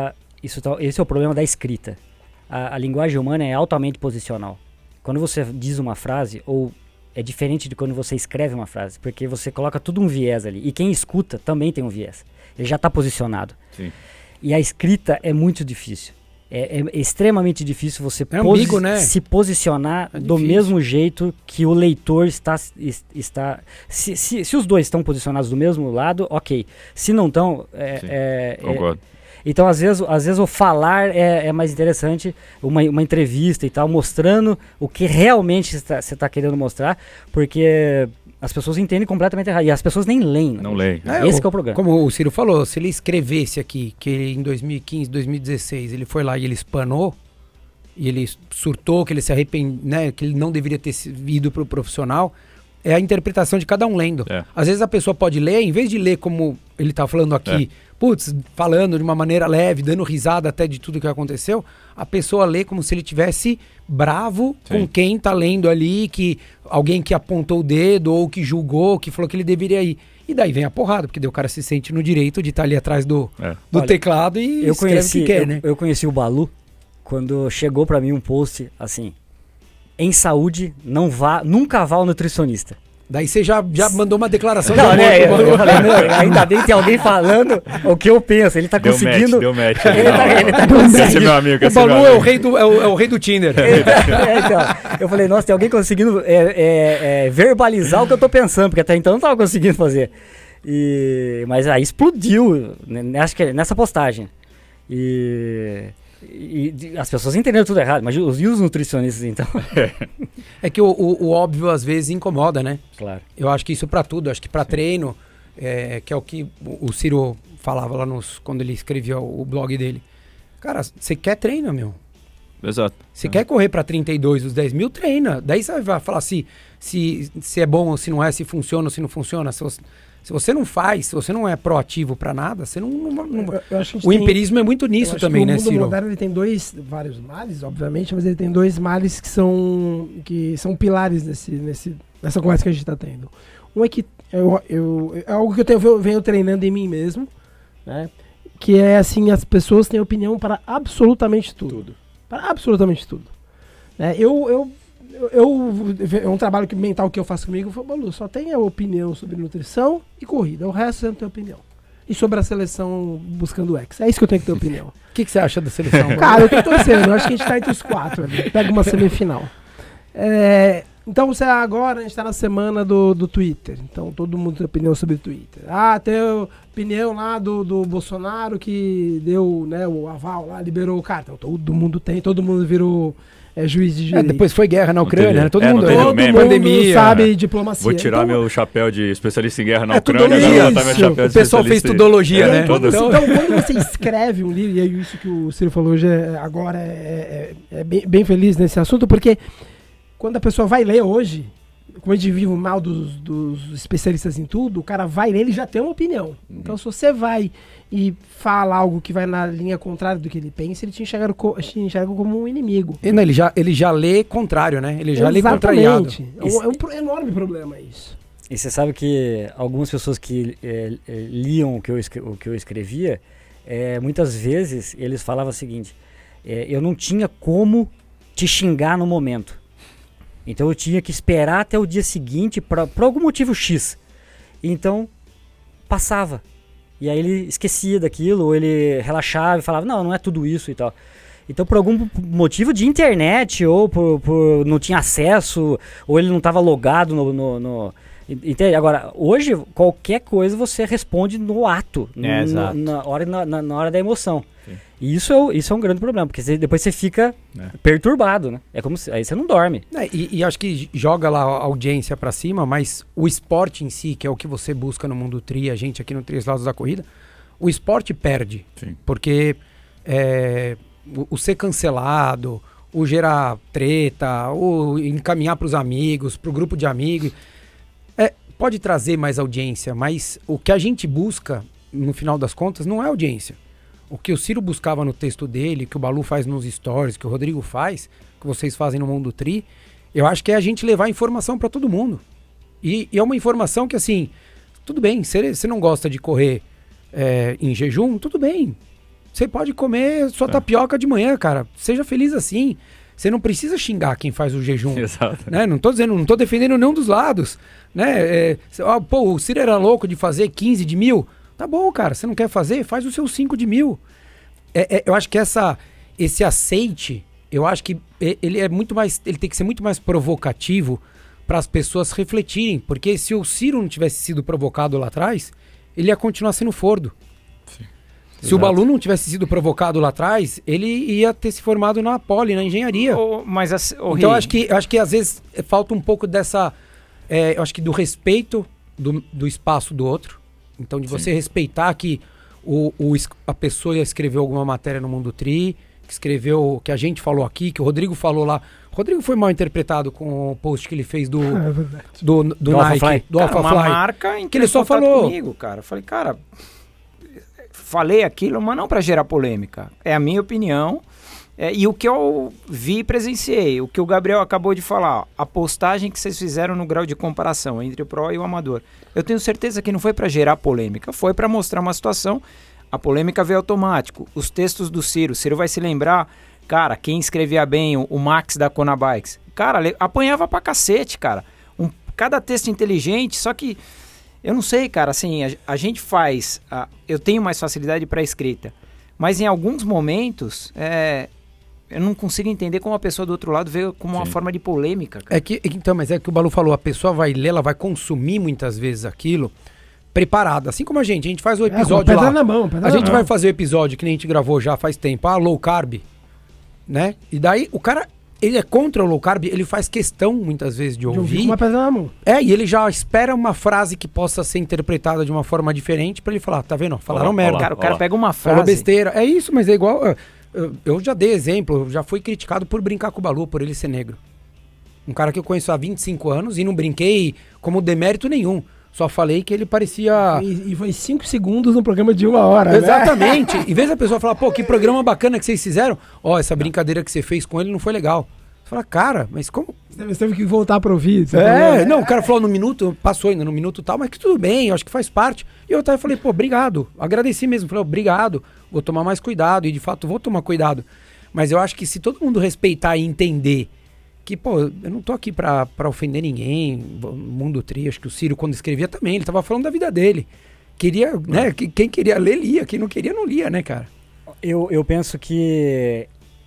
esse é o problema da escrita. A linguagem humana é altamente posicional. Quando você diz uma frase, ou é diferente de quando você escreve uma frase, porque você coloca tudo um viés ali. E quem escuta também tem um viés. Ele já está posicionado. Sim. E a escrita é muito difícil. é extremamente difícil você ambíguo, né? se posicionar do mesmo jeito que o leitor está se os dois estão posicionados do mesmo lado, ok. Se não estão, concordo. então às vezes o falar é mais interessante, uma entrevista e tal, mostrando o que realmente você está querendo mostrar, porque as pessoas entendem completamente errado. E as pessoas nem leem. Não leem. Esse que é o problema. Como o Ciro falou, se ele escrevesse aqui que ele, em 2015, 2016, ele foi lá e ele espanou, e ele surtou, que ele se arrepende, né, que ele não deveria ter ido pro profissional, é a interpretação de cada um lendo. Às vezes a pessoa pode ler, em vez de ler como ele tá falando aqui, falando de uma maneira leve, dando risada até de tudo que aconteceu, a pessoa lê como se ele tivesse bravo com quem tá lendo ali, que alguém que apontou o dedo ou que julgou, que falou que ele deveria ir. E daí vem a porrada, porque daí o cara se sente no direito de estar ali atrás do teclado e escreve o que quer, né? Eu conheci o Balu quando chegou pra mim um post assim: em saúde, nunca vá ao nutricionista. Daí você já mandou uma declaração de amor. Eu falei, ainda bem que tem alguém falando o que eu penso. Ele tá conseguindo. Deu match. Ele tá conseguindo. Esse é meu amigo. O Balu é o rei do Tinder. Então, eu falei, nossa, tem alguém conseguindo verbalizar o que eu tô pensando, porque até então eu não tava conseguindo fazer. Mas aí explodiu, né, acho que nessa postagem. E as pessoas entenderam tudo errado, mas e os nutricionistas, então? É que o óbvio às vezes incomoda, né? Claro. Eu acho que isso pra tudo, acho que pra treino, que é o que o Ciro falava lá quando ele escrevia o blog dele. Cara, você quer treina, meu. Exato. Você quer correr pra 32 os 10 mil, treina. Daí você vai falar se é bom ou se não é, se funciona ou se não funciona. Se você não faz, se você não é proativo pra nada, você não eu acho que o empirismo é muito nisso também, né, Ciro? O mundo moderno ele tem vários males, obviamente, mas ele tem dois males que são pilares nessa conversa que a gente está tendo. Um é que é algo que eu venho treinando em mim mesmo, né? Que é assim, as pessoas têm opinião para absolutamente tudo. Para absolutamente tudo. Né? É um trabalho mental que eu faço comigo. Eu falo, Balu, só tem a opinião sobre nutrição e corrida. O resto você não tem opinião. E sobre a seleção buscando X. É isso que eu tenho que ter opinião. O que você acha da seleção? Cara, eu tô torcendo. Eu acho que a gente tá entre os 4 ali. Pega uma semifinal. Então, agora a gente tá na semana do Twitter. Então, todo mundo tem opinião sobre o Twitter. Tem a opinião lá do Bolsonaro que deu, né, o aval lá, liberou o cara. Então, todo mundo virou juiz de direito. Depois foi guerra na Ucrânia, né? Todo mundo pandemia, sabe diplomacia. Vou tirar meu chapéu de especialista em guerra na Ucrânia e agora botar meu chapéu de o pessoal fez tudologia, né? Então, quando você escreve um livro, e é isso que o Ciro falou hoje, agora é bem feliz nesse assunto, porque quando a pessoa vai ler hoje, como a gente vive o mal dos especialistas em tudo, o cara vai ler, ele já tem uma opinião. Então, se você vai e fala algo que vai na linha contrária do que ele pensa, ele te enxerga como um inimigo. Ele já lê contrário, né? Ele já lê contrariado. É um enorme problema isso. E você sabe que algumas pessoas que liam o que eu escrevia, muitas vezes eles falavam o seguinte: eu não tinha como te xingar no momento. Então eu tinha que esperar até o dia seguinte por algum motivo X. Então passava. E aí ele esquecia daquilo, ou ele relaxava e falava, não é tudo isso e tal. Então por algum motivo de internet, ou por não tinha acesso, ou ele não estava logado Entende? Agora, hoje, qualquer coisa você responde no ato, na hora da emoção. Sim. E isso é um grande problema, porque depois você fica perturbado, né? É como aí você não dorme. E acho que joga lá a audiência pra cima, mas o esporte em si, que é o que você busca no mundo tri, a gente aqui no Três Lados da Corrida, o esporte perde. Sim. Porque o ser cancelado, o gerar treta, o encaminhar pros amigos, pro grupo de amigos, pode trazer mais audiência, mas o que a gente busca, no final das contas, não é audiência. O que o Ciro buscava no texto dele, que o Balu faz nos stories, que o Rodrigo faz, que vocês fazem no Mundo Tri, eu acho que é a gente levar informação para todo mundo. E é uma informação que, assim, tudo bem, você não gosta de correr em jejum, tudo bem. Você pode comer sua tapioca de manhã, cara. Seja feliz assim. Você não precisa xingar quem faz o jejum. Exato. Né? Não tô defendendo nenhum dos lados. Né? O Ciro era louco de fazer 15 de 1000. Tá bom, cara. Você não quer fazer? Faz os seus 5 de 1000. Eu acho que esse aceite, eu acho que ele tem que ser muito mais provocativo para as pessoas refletirem, porque se o Ciro não tivesse sido provocado lá atrás, ele ia continuar sendo Fordo. Sim. Se Exato. o Balu não tivesse sido provocado lá atrás, ele ia ter se formado na Poli, na engenharia. Então acho que às vezes falta um pouco dessa, eu acho que do respeito do espaço do outro. Então de você respeitar que a pessoa escreveu alguma matéria no Mundo Tri, que escreveu, que a gente falou aqui, que o Rodrigo falou lá. O Rodrigo foi mal interpretado com o post que ele fez do Nike, Alphafly. do Alphafly. Uma marca que ele só falou comigo, cara. Eu falei, cara, falei aquilo, mas não para gerar polêmica. É a minha opinião. E o que eu vi e presenciei, o que o Gabriel acabou de falar, a postagem que vocês fizeram no grau de comparação entre o Pro e o Amador. Eu tenho certeza que não foi para gerar polêmica, foi para mostrar uma situação. A polêmica veio automático. Os textos do Ciro, vai se lembrar, cara, quem escrevia bem, o Max da Kona Bikes, cara, apanhava pra cacete, cara. Cada texto inteligente, só que, eu não sei, cara, assim, a gente faz, eu tenho mais facilidade para escrita, mas em alguns momentos, eu não consigo entender como a pessoa do outro lado veio como uma forma de polêmica, cara. Mas é que o Balu falou, a pessoa vai ler, ela vai consumir muitas vezes aquilo preparada, assim como a gente faz o episódio lá. Na mão, a gente vai fazer o episódio que nem a gente gravou já faz tempo, low carb, né? E daí o cara, ele é contra o low carb, ele faz questão muitas vezes de ouvir. Com uma pedra na mão. E ele já espera uma frase que possa ser interpretada de uma forma diferente pra ele falar, tá vendo? Falaram merda. O cara pega uma frase. Falou besteira. É isso, mas é igual. Eu já dei exemplo, já fui criticado por brincar com o Balu, por ele ser negro. Um cara que eu conheço há 25 anos e não brinquei como demérito nenhum. Só falei que ele parecia... E foi 5 segundos no programa de 1 hora, Exatamente. Em vez da pessoa falar, pô, que programa bacana que vocês fizeram. Essa brincadeira que você fez com ele não foi legal. Você fala, cara, mas como... Você teve que voltar pra ouvir. Não, o cara falou no minuto, passou ainda no minuto tal, mas que tudo bem, eu acho que faz parte. E eu falei, pô, obrigado. Agradeci mesmo. Falei, obrigado, vou tomar mais cuidado. E de fato, vou tomar cuidado. Mas eu acho que se todo mundo respeitar e entender que, pô, eu não tô aqui pra ofender ninguém, Mundo Tri, acho que o Ciro quando escrevia também, ele tava falando da vida dele. Queria, né, quem queria ler, lia, quem não queria, não lia, né, cara? Eu penso que,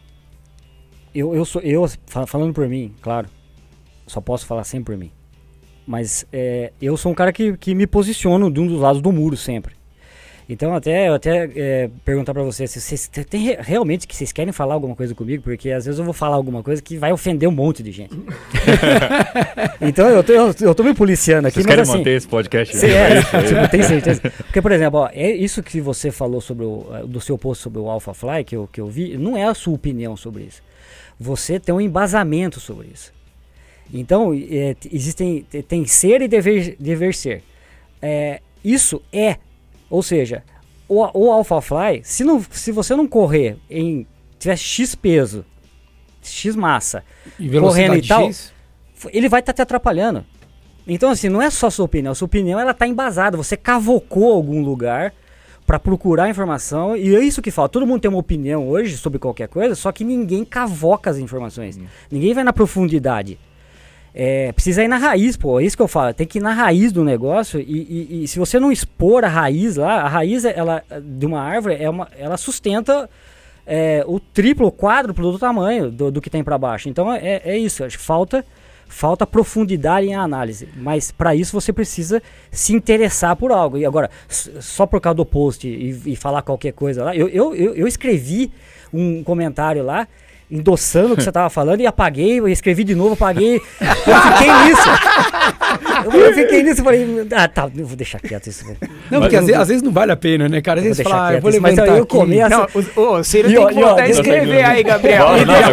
falando por mim, claro, só posso falar sempre por mim, mas eu sou um cara que me posiciono de um dos lados do muro sempre. Então eu até perguntar pra vocês se vocês tem realmente que vocês querem falar alguma coisa comigo, porque às vezes eu vou falar alguma coisa que vai ofender um monte de gente. Então eu tô me policiando aqui. Vocês mas querem assim, manter esse podcast? Tipo, tem certeza. Porque, por exemplo, é isso que você falou sobre do seu post sobre o Alphafly, que eu vi, não é a sua opinião sobre isso. Você tem um embasamento sobre isso. Então, tem ser e dever ser. Isso ou seja, o Alphafly, se você não correr tiver X peso, X massa, e correndo e tal, ele vai estar te atrapalhando. Então, assim, não é só sua opinião ela está embasada, você cavocou algum lugar para procurar informação, e é isso que falta. Todo mundo tem uma opinião hoje sobre qualquer coisa, só que ninguém cavoca as informações, ninguém vai na profundidade. Precisa ir na raiz, pô, é isso que eu falo, tem que ir na raiz do negócio e se você não expor a raiz lá, a raiz de uma árvore, ela sustenta o triplo, o quádruplo do tamanho do que tem para baixo. Então é isso, acho que falta profundidade em análise, mas para isso você precisa se interessar por algo. E agora, só por causa do post e falar qualquer coisa lá, eu escrevi um comentário lá endossando o que você tava falando e apaguei, eu escrevi de novo, apaguei. Eu fiquei nisso e falei, tá, eu vou deixar quieto isso. Não, porque às vezes não vale a pena, né, cara? Às vezes fala, eu vou levantar mas eu aqui. começo... Não, o Ciro tem que voltar a escrever aí, Gabriel.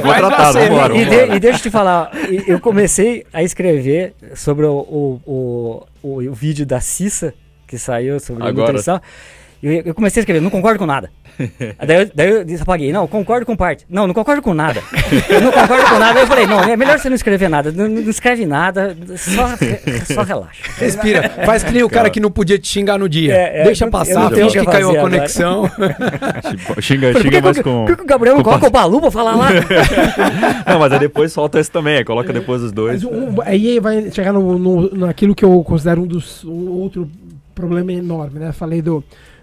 E deixa eu te falar, eu comecei a escrever sobre o vídeo da Cissa, que saiu sobre a nutrição. Eu comecei a escrever, não concordo com nada. Daí eu apaguei, não, concordo com parte. Não concordo com nada. Eu não concordo com nada. Aí eu falei, não, é melhor você não escrever nada. Não escreve nada, só relaxa. Respira. Faz que nem o cara que não podia te xingar no dia. Deixa passar, finge que caiu a conexão. Xinga mais com... Por que o Gabriel não coloca o Balu pra falar lá? Não, mas aí depois solta esse também, coloca depois os dois. Aí vai chegar naquilo que eu considero um outro problema enorme, né? Falei do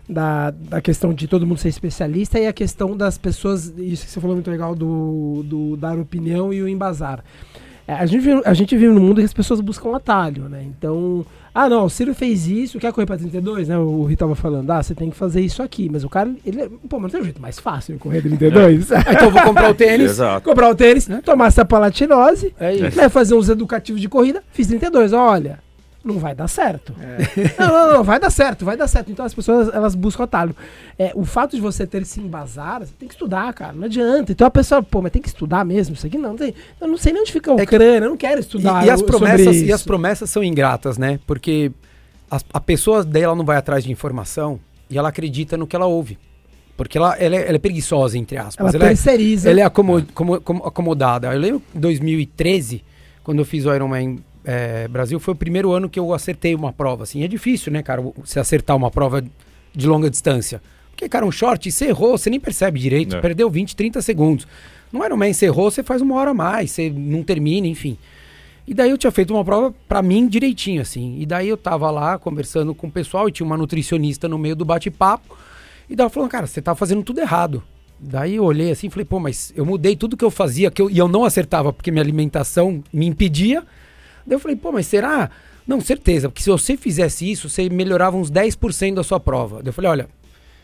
da questão de todo mundo ser especialista e a questão das pessoas, isso que você falou muito legal do dar opinião e o embasar. A gente vive num mundo que as pessoas buscam atalho, né? Então, não, o Ciro fez isso, quer correr pra 32, né? O Rui tava falando, você tem que fazer isso aqui. Mas o cara, mas não tem um jeito mais fácil de correr 32? Então eu vou comprar o tênis. Exato. Comprar o tênis, tomar essa palatinose, isso. né? Fazer uns educativos de corrida, fiz 32, olha... Não vai dar certo. Não, vai dar certo. Então as pessoas, elas buscam atalho. O fato de você ter se embasar, você tem que estudar, cara. Não adianta. Então a pessoa, mas tem que estudar mesmo isso aqui? Não tem. Eu não sei nem onde fica a Ucrânia, eu não quero estudar. E as promessas são ingratas, né? Porque a pessoa dela não vai atrás de informação e ela acredita no que ela ouve. Porque ela é preguiçosa, entre aspas. Ela terceiriza. Ela é acomodada. Eu lembro em 2013, quando eu fiz o Ironman Brasil, foi o primeiro ano que eu acertei uma prova, assim, é difícil, né, cara, você acertar uma prova de longa distância, porque, cara, um short, você errou, você nem percebe direito, perdeu 20, 30 segundos, no Ironman você errou, você faz 1 hora a mais, você não termina, enfim, e daí eu tinha feito uma prova pra mim direitinho, assim, e daí eu tava lá conversando com o pessoal e tinha uma nutricionista no meio do bate-papo, e daí ela falou, cara, você tá fazendo tudo errado. Daí eu olhei assim e falei, mas eu mudei tudo que eu fazia, e eu não acertava porque minha alimentação me impedia. Daí eu falei, mas será? Não, certeza, porque se você fizesse isso, você melhorava uns 10% da sua prova. Daí eu falei, olha,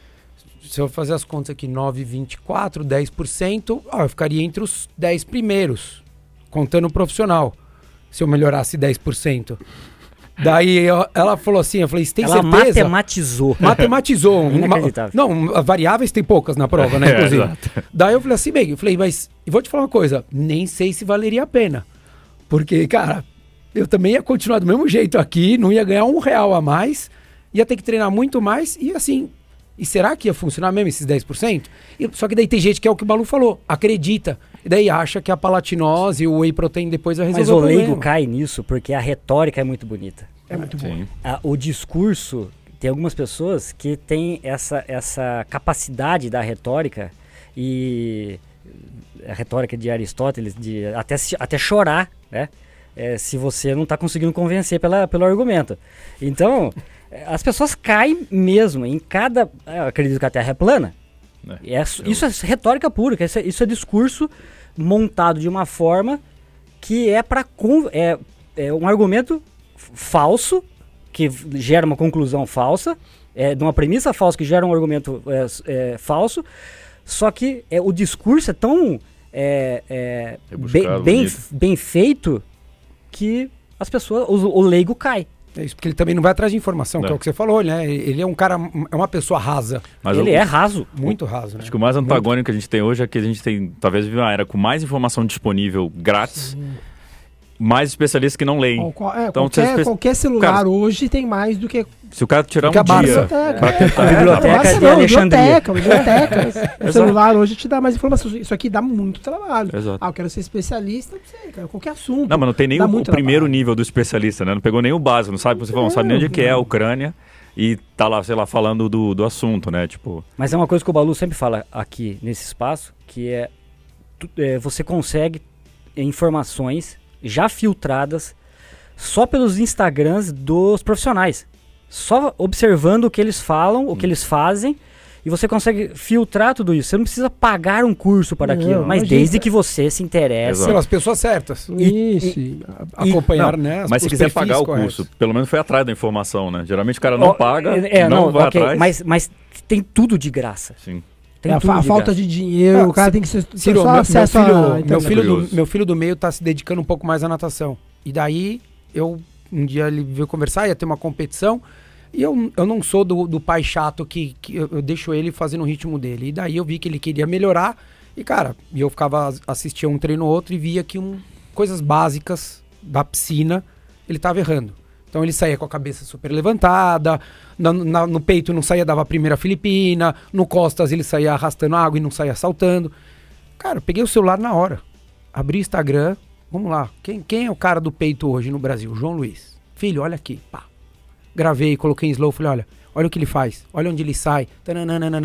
se eu fazer as contas aqui, 9,24, 10%, eu ficaria entre os 10 primeiros, contando o profissional, se eu melhorasse 10%. Daí ela falou assim, eu falei, você tem certeza? Ela matematizou. Matematizou. Inacreditável. Não, variáveis tem poucas na prova, né, inclusive. Daí eu falei assim, mas vou te falar uma coisa, nem sei se valeria a pena. Porque, cara... Eu também ia continuar do mesmo jeito aqui, não ia ganhar R$1 a mais, ia ter que treinar muito mais e assim, e será que ia funcionar mesmo esses 10%? Só que daí tem gente que é o que o Balu falou, acredita, e daí acha que a palatinose e o whey protein depois vai resolver o problema. Mas o leigo cai nisso porque a retórica é muito bonita. É muito bom. O discurso, tem algumas pessoas que têm essa capacidade da retórica e a retórica de Aristóteles, de até chorar, né? Se você não está conseguindo convencer pelo argumento. Então, as pessoas caem mesmo em cada... Eu acredito que a Terra é plana. Isso é retórica pura, isso é discurso montado de uma forma que é um argumento falso, que gera uma conclusão falsa, de uma premissa falsa que gera um argumento falso, só que o discurso é tão bem feito que as pessoas, o leigo cai. É isso, porque ele também não vai atrás de informação, que é o que você falou, né? Ele é um cara, é uma pessoa rasa. Mas ele é raso. Muito raso, né? Acho que o mais antagônico que a gente tem hoje é que a gente tem, talvez, vive uma era com mais informação disponível grátis, mais especialistas que não leem. Então, qualquer celular cara, hoje tem mais do que... Se o cara tirar um dia... A biblioteca de Alexandria. Biblioteca. O celular hoje te dá mais informação. Isso aqui dá muito trabalho. Exato. Eu quero ser especialista, não sei, cara, qualquer assunto. Não, mas não tem nem o primeiro nível do especialista, né? Não pegou nem o básico, não sabe? Você não sabe nem onde que é a Ucrânia e tá lá, sei lá, falando do assunto, né? Tipo... Mas é uma coisa que o Balu sempre fala aqui nesse espaço, que você consegue informações já filtradas só pelos Instagrams dos profissionais. Só observando o que eles falam, o que eles fazem, e você consegue filtrar tudo isso. Você não precisa pagar um curso para aquilo, mas desde que você se interesse. Pelas pessoas certas. Acompanhar, né? Mas se quiser pagar o curso, pelo menos foi atrás da informação, né? Geralmente o cara não paga, não vai atrás. Mas tem tudo de graça. Sim. A falta de dinheiro, o cara tem que ser só acesso meu filho do meio tá se dedicando um pouco mais à natação. E daí, um dia ele veio conversar, ia ter uma competição, e eu não sou do pai chato que eu deixo ele fazendo o ritmo dele. E daí eu vi que ele queria melhorar, e cara, eu assistia um treino ou outro e via que coisas básicas da piscina, ele tava errando. Então ele saía com a cabeça super levantada, no peito não saía, dava a primeira filipina, no costas ele saía arrastando água e não saía saltando. Cara, eu peguei o celular na hora, abri o Instagram, vamos lá, quem é o cara do peito hoje no Brasil? João Luiz. Filho, olha aqui, pá. Gravei, coloquei em slow, falei, olha o que ele faz, olha onde ele sai, tananana.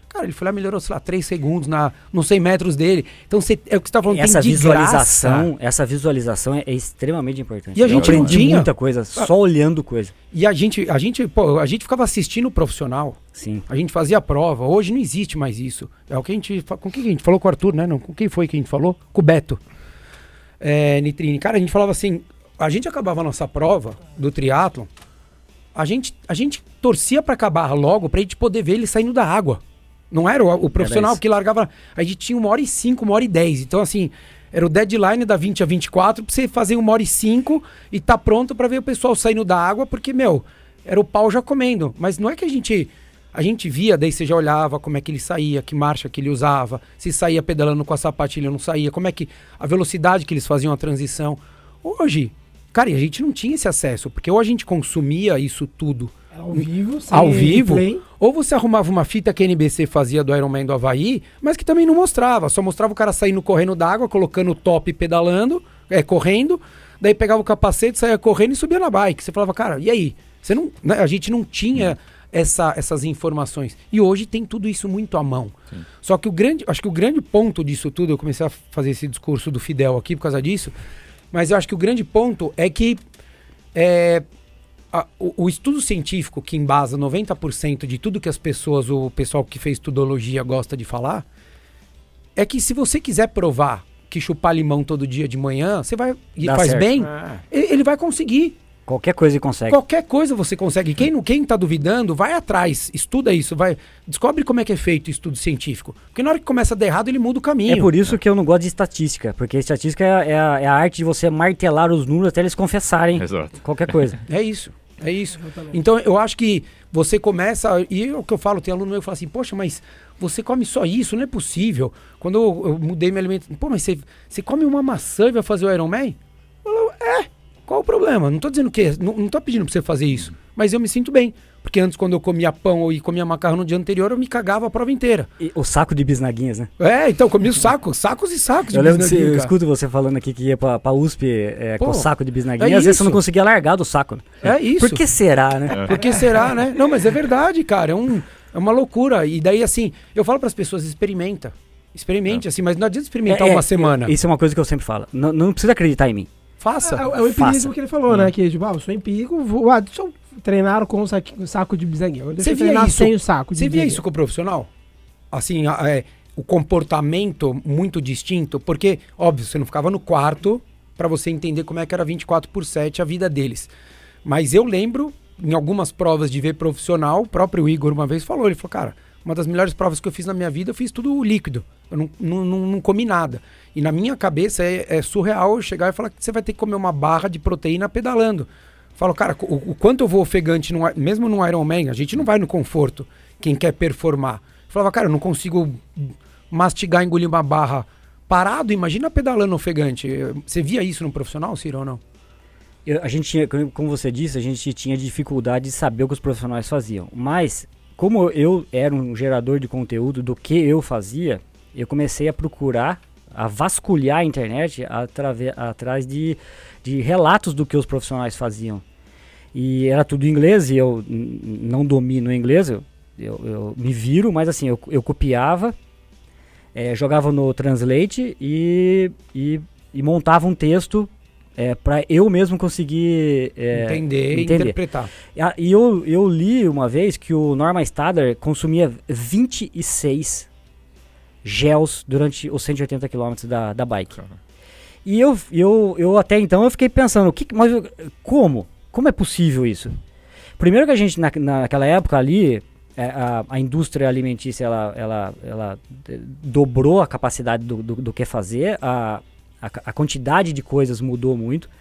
Cara, ele foi lá e melhorou, sei lá, 3 segundos nos 100 metros dele. Então, é o que você tá falando, essa tem de visualização, graça. Essa visualização é extremamente importante. E a gente Eu aprendi não tinha muita coisa só olhando coisa. E a gente ficava assistindo o profissional. Sim. A gente fazia a prova. Hoje não existe mais isso. É o que a gente... Com quem a gente falou? Com o Arthur, né? Não, com quem foi que a gente falou? Com o Beto. Nitrini. Cara, a gente falava assim... A gente acabava a nossa prova do triatlon. A gente torcia pra acabar logo pra gente poder ver ele saindo da água. Não era o profissional que largava... A gente tinha 1h05, 1h10. Então, assim... Era o deadline da 20 a 24 pra você fazer 1h05 e tá pronto pra ver o pessoal saindo da água, porque, era o pau já comendo. Mas não é que a gente via, daí você já olhava como é que ele saía, que marcha que ele usava, se saía pedalando com a sapatilha ou não saía, como é que a velocidade que eles faziam a transição. Hoje, cara, e a gente não tinha esse acesso, porque ou a gente consumia isso tudo ao vivo, ao vivo, ou você arrumava uma fita que a NBC fazia do Ironman do Havaí, mas que também não mostrava, só mostrava o cara saindo correndo d'água, colocando o top e pedalando, correndo, daí pegava o capacete, saía correndo e subia na bike. Você falava, cara, e aí? Você não, né? A gente não tinha essas informações. E hoje tem tudo isso muito à mão. Sim. Só que acho que o grande ponto disso tudo, eu comecei a fazer esse discurso do Fidel aqui por causa disso, mas eu acho que o grande ponto é que o estudo científico que embasa 90% de tudo que o pessoal que fez tudologia gosta de falar, é que se você quiser provar que chupar limão todo dia de manhã, você vai e faz certo. Bem, ele vai conseguir. Qualquer coisa ele consegue. Qualquer coisa você consegue. Quem tá duvidando, vai atrás, estuda isso, descobre como é que é feito o estudo científico. Porque na hora que começa a dar errado, ele muda o caminho. É por isso que eu não gosto de estatística, porque estatística é a arte de você martelar os números até eles confessarem. Exato. Qualquer coisa. É isso. Então eu acho que você começa, e o que eu falo, tem aluno meu que fala assim, poxa, mas você come só isso, não é possível. Quando eu mudei minha alimentação, pô, mas você come uma maçã e vai fazer o Ironman? Eu falo, qual o problema? Não tô dizendo que, não tô pedindo pra você fazer isso, mas eu me sinto bem. Porque antes, quando eu comia pão e comia macarrão no dia anterior, eu me cagava a prova inteira. E o saco de bisnaguinhas, né? Então eu comia sacos e sacos de bisnaguinha. Eu escuto você falando aqui que ia pra USP com o saco de bisnaguinha, às vezes você não conseguia largar do saco. Né? É isso. Por que será, né? Por que será, né? Não, mas é verdade, cara, é uma loucura. E daí, assim, eu falo pras pessoas, experimente, assim, mas não adianta experimentar uma semana. Isso é uma coisa que eu sempre falo, não precisa acreditar em mim. Faça. É o empirismo que ele falou, né? Que, tipo, eu sou empírico, deixa eu treinar com um saco de bisnaguinha. Você via isso sem o saco de bisnaguinha. Você via isso com o profissional? Assim, o comportamento muito distinto, porque, óbvio, você não ficava no quarto pra você entender como é que era 24/7 a vida deles. Mas eu lembro, em algumas provas de ver profissional, o próprio Igor uma vez falou, ele falou, cara, uma das melhores provas que eu fiz na minha vida, eu fiz tudo líquido. Eu não comi nada. E na minha cabeça é surreal eu chegar e falar que você vai ter que comer uma barra de proteína pedalando. Eu falo, cara, o quanto eu vou ofegante, mesmo no Ironman, a gente não vai no conforto, quem quer performar. Eu falava, cara, eu não consigo mastigar, engolir uma barra parado, imagina pedalando ofegante. Você via isso no profissional, Ciro, ou não? A gente tinha, como você disse, a gente tinha dificuldade de saber o que os profissionais faziam. Mas, como eu era um gerador de conteúdo do que eu fazia, eu comecei a procurar, a vasculhar a internet atrás de relatos do que os profissionais faziam. E era tudo em inglês, e eu não domino o inglês, eu me viro, mas assim, eu copiava, jogava no Translate e montava um texto para eu mesmo conseguir entender e interpretar. E eu li uma vez que o Norman Stadler consumia 26 gels durante os 180 km da bike. Caramba. E eu até então eu fiquei pensando, mas como? Como é possível isso? Primeiro que a gente naquela época ali, a indústria alimentícia ela dobrou a capacidade do que fazer, a quantidade de coisas mudou muito.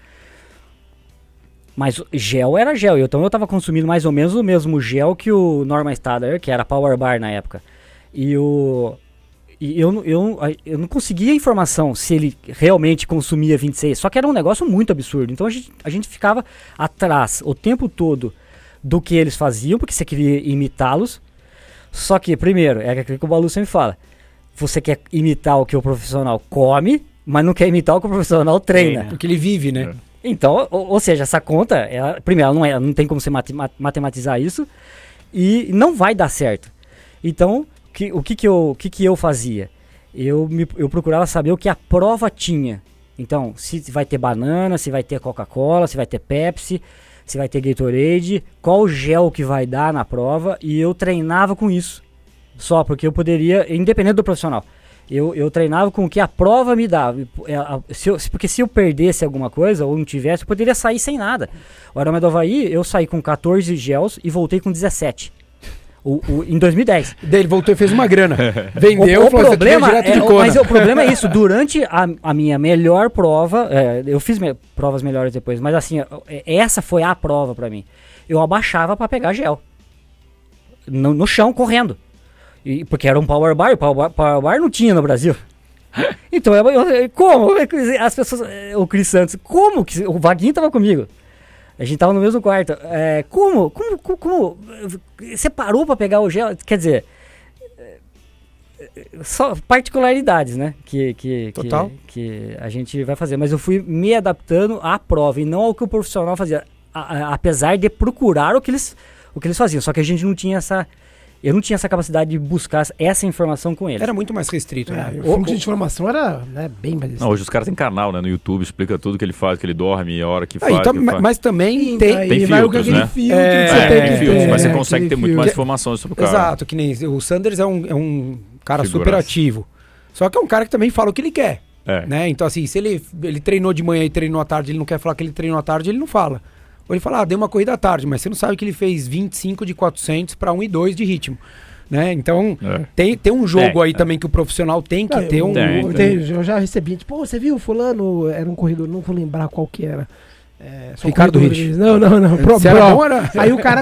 Mas gel era gel, então eu estava consumindo mais ou menos o mesmo gel que o Norman Stadler, que era Power Bar na época. E eu não conseguia informação se ele realmente consumia 26, só que era um negócio muito absurdo. Então a gente ficava atrás o tempo todo do que eles faziam, porque você queria imitá-los. Só que, primeiro, é aquilo que o Balu sempre fala, você quer imitar o que o profissional come, mas não quer imitar o que o profissional treina. Porque ele vive, né? Então, ou seja, essa conta, primeiro, não tem como você matematizar isso, e não vai dar certo. Então, o que eu fazia? Eu procurava saber o que a prova tinha. Então, se vai ter banana, se vai ter Coca-Cola, se vai ter Pepsi, se vai ter Gatorade, qual gel que vai dar na prova, e eu treinava com isso. Só porque eu poderia, independente do profissional, eu treinava com o que a prova me dava. Porque se eu perdesse alguma coisa, ou não tivesse, eu poderia sair sem nada. O Ironman do Havaí, eu saí com 14 gels e voltei com 17. Em 2010. Daí ele voltou e fez uma grana. Vendeu, o problema direto de Kona. mas o problema é isso. Durante a minha melhor prova, eu fiz provas melhores depois, mas assim, essa foi a prova pra mim. Eu abaixava pra pegar gel. No chão, correndo. Porque era um power bar, e power bar não tinha no Brasil. Então, como? As pessoas, o Cris Santos, como que o Vaguinho tava comigo? A gente tava no mesmo quarto. Como? Você parou pra pegar o gel? Quer dizer, só particularidades, né? Total. Que a gente vai fazer. Mas eu fui me adaptando à prova e não ao que o profissional fazia. Apesar de procurar o que eles faziam. Só que a gente não tinha eu não tinha essa capacidade de buscar essa informação com eles. Era muito mais restrito, né? O fluxo de informação era, né, bem mais... Não, hoje os caras têm canal, né, no YouTube, explica tudo que ele faz, que ele dorme, a hora que faz. Então, que faz. mas também tem filtros, né? Filtro, Tem filtros, mas você consegue ter muito mais informações sobre o cara. Exato, que nem o Sanders é um cara Figuraça. super ativo. Só que é um cara que também fala o que ele quer. Né? Então, assim, se ele treinou de manhã e treinou à tarde, ele não quer falar que ele treinou à tarde, ele não fala. Ou ele fala, dei uma corrida à tarde, mas você não sabe que ele fez 25 de 400 para 1 e 2 de ritmo. Né? Então, tem um jogo aí também que o profissional tem que ter um... Eu já recebi, tipo, você viu, fulano, era um corredor, não vou lembrar qual que era. Ricardo Hirsch. Não. Pro. Era? Aí o cara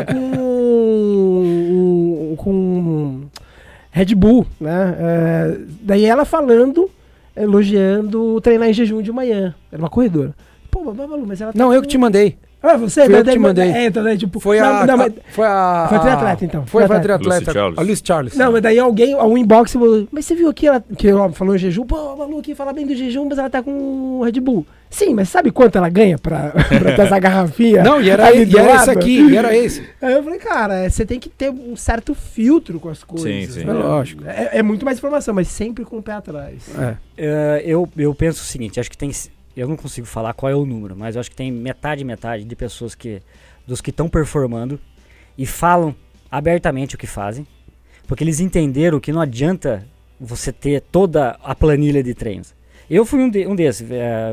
com Red Bull, né? Daí ela falando, elogiando treinar em jejum de manhã. Era uma corredora. Pô, mas ela tá Não, eu que te mandei. Você? Foi eu que te mandei. Então, daí, tipo, Foi a triatleta, então. Foi a triatleta. Lucy A Lucy Charles. Não, mas daí um inbox falou, mas você viu aqui, ela que falou em jejum, pô, a Malu aqui fala bem do jejum, mas ela tá com Red Bull. Sim, mas sabe quanto ela ganha pra ter essa garrafinha? Não, e era esse aqui, e era esse. Aí eu falei, cara, você tem que ter um certo filtro com as coisas. Sim. Né? É lógico. É muito mais informação, mas sempre com o pé atrás. Eu penso o seguinte, acho que tem... Eu não consigo falar qual é o número, mas eu acho que tem metade de pessoas dos que estão performando e falam abertamente o que fazem, porque eles entenderam que não adianta você ter toda a planilha de treinos. Eu fui um desses,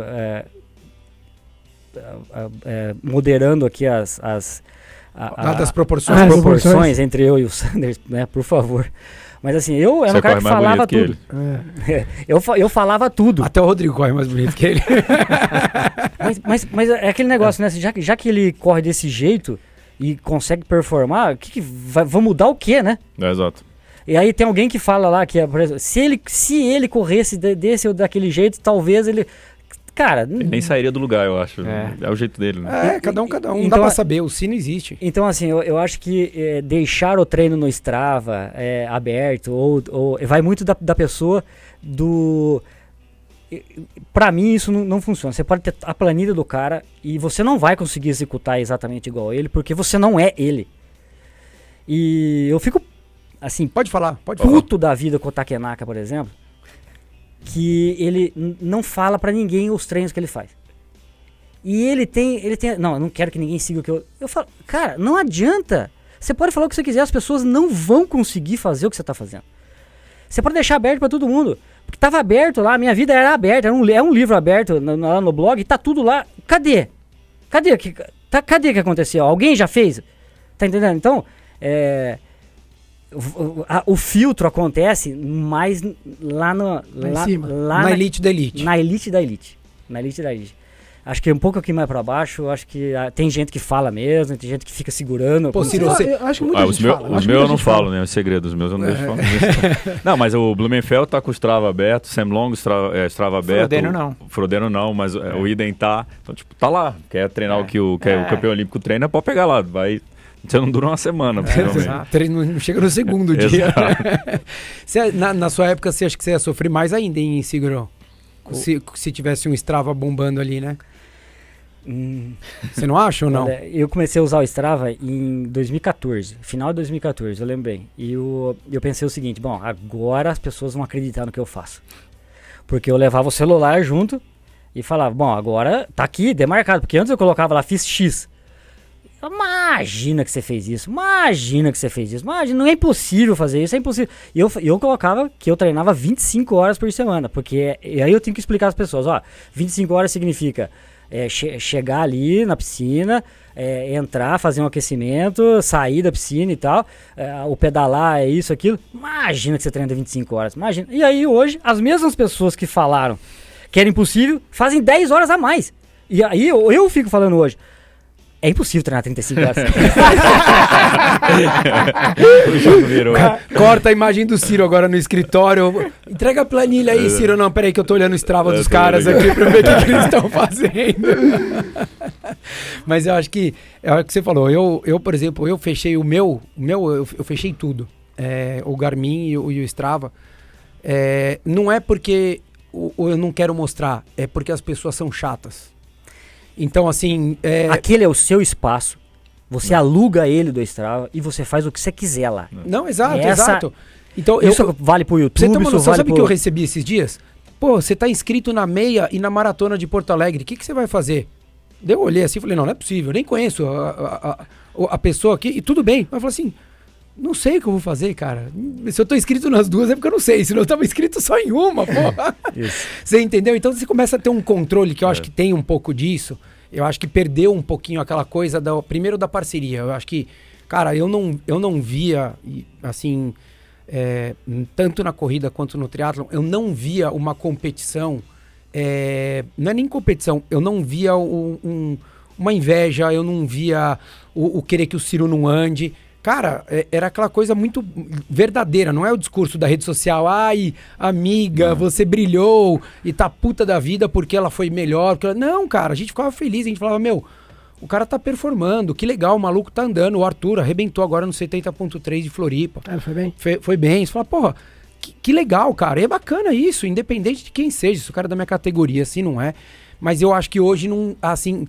moderando aqui as proporções entre eu e o Sanders, né, por favor. Mas assim, eu era um cara que falava tudo. Eu falava tudo. Até o Rodrigo corre mais bonito que ele. mas é aquele negócio, né? Já que ele corre desse jeito e consegue performar, vai mudar o quê, né? Exato. E aí tem alguém que fala lá que, por exemplo, se ele corresse desse ou daquele jeito, talvez ele... Cara... Ele nem sairia do lugar, eu acho. É o jeito dele, né? Cada um. Então, não dá pra saber, o sino existe. Então, assim, eu acho que deixar o treino no Strava aberto, ou vai muito da pessoa Pra mim, isso não funciona. Você pode ter a planilha do cara e você não vai conseguir executar exatamente igual a ele, porque você não é ele. E eu fico, assim... Pode falar. Puto da vida com o Takenaka, por exemplo, que ele não fala pra ninguém os treinos que ele faz. E ele tem... Não, eu não quero que ninguém siga o que eu falo, cara, não adianta. Você pode falar o que você quiser, as pessoas não vão conseguir fazer o que você tá fazendo. Você pode deixar aberto pra todo mundo. Porque tava aberto lá, minha vida era aberta, é um livro aberto lá no blog, tá tudo lá. Cadê? Cadê o que aconteceu? Alguém já fez? Tá entendendo? Então, o filtro acontece mais lá em cima. Na elite da elite. Na elite da elite. Acho que um pouco aqui mais pra baixo, acho que tem gente que fala mesmo, tem gente que fica segurando. Pô, Ciro, eu acho que muita gente fala. Os meus eu não falo, né? Os segredos, os meus eu não deixo falar. Não, mas o Blumenfeld tá com o Strava aberto, Sam Long, Strava aberto. Frodeno não, mas o Idem tá. Então, tipo, tá lá. Quer treinar o que o campeão olímpico treina, pode pegar lá. Vai. Você não dura uma semana, possivelmente. Não chega no segundo dia. Na sua época, você acha que você ia sofrer mais ainda em Sigurão? Se tivesse um Strava bombando ali, né? Você não acha ou não? Olha, eu comecei a usar o Strava em 2014, final de 2014, eu lembro bem. E eu pensei o seguinte, bom, agora as pessoas vão acreditar no que eu faço. Porque eu levava o celular junto e falava, bom, agora tá aqui, demarcado. Porque antes eu colocava lá, fiz X. Imagina que você fez isso, imagina, não é impossível fazer isso, é impossível. E eu colocava que eu treinava 25 horas por semana, porque e aí eu tenho que explicar às pessoas, 25 horas significa chegar ali na piscina, entrar, fazer um aquecimento, sair da piscina e tal, o pedalar é isso, aquilo. Imagina que você treina 25 horas, imagina. E aí hoje, as mesmas pessoas que falaram que era impossível, fazem 10 horas a mais. E aí eu fico falando hoje, é impossível treinar 35 horas. O jogo virou. Corta a imagem do Ciro agora no escritório. Entrega a planilha aí, Ciro. Não, peraí que eu tô olhando o Strava dos caras aqui pra ver o que eles estão fazendo. Mas eu acho que é o que você falou. Eu, por exemplo, eu fechei eu fechei tudo. O Garmin e o Strava. Não é porque eu não quero mostrar, é porque as pessoas são chatas. Então, assim... Aquele é o seu espaço. Você aluga ele do Strava e você faz o que você quiser lá. Não, exato. Então, isso vale pro YouTube, você tem uma noção, vale sabe o que eu recebi esses dias? Pô, você tá inscrito na meia e na maratona de Porto Alegre. O que você vai fazer? Daí eu olhei assim e falei, não é possível. Eu nem conheço a pessoa aqui. E tudo bem. Mas eu falei assim... Não sei o que eu vou fazer, cara. Se eu tô inscrito nas duas é porque eu não sei. Senão eu tava inscrito só em uma, pô. Você entendeu? Então você começa a ter um controle, que eu acho que tem um pouco disso. Eu acho que perdeu um pouquinho aquela coisa, primeiro da parceria. Eu acho que, cara, eu não via, assim, tanto na corrida quanto no triatlon, eu não via uma competição, não é nem competição, eu não via uma inveja, eu não via o querer que o Ciro não ande. Cara, era aquela coisa muito verdadeira, não é o discurso da rede social, ai, amiga, você brilhou e tá puta da vida porque ela foi melhor. Não, cara, a gente ficava feliz, a gente falava, o cara tá performando, que legal, o maluco tá andando, o Arthur arrebentou agora no 70.3 de Floripa. Foi bem? Foi bem, você fala, porra, que legal, cara, e é bacana isso, independente de quem seja, se o cara é da minha categoria, assim, não é. Mas eu acho que hoje, não, assim,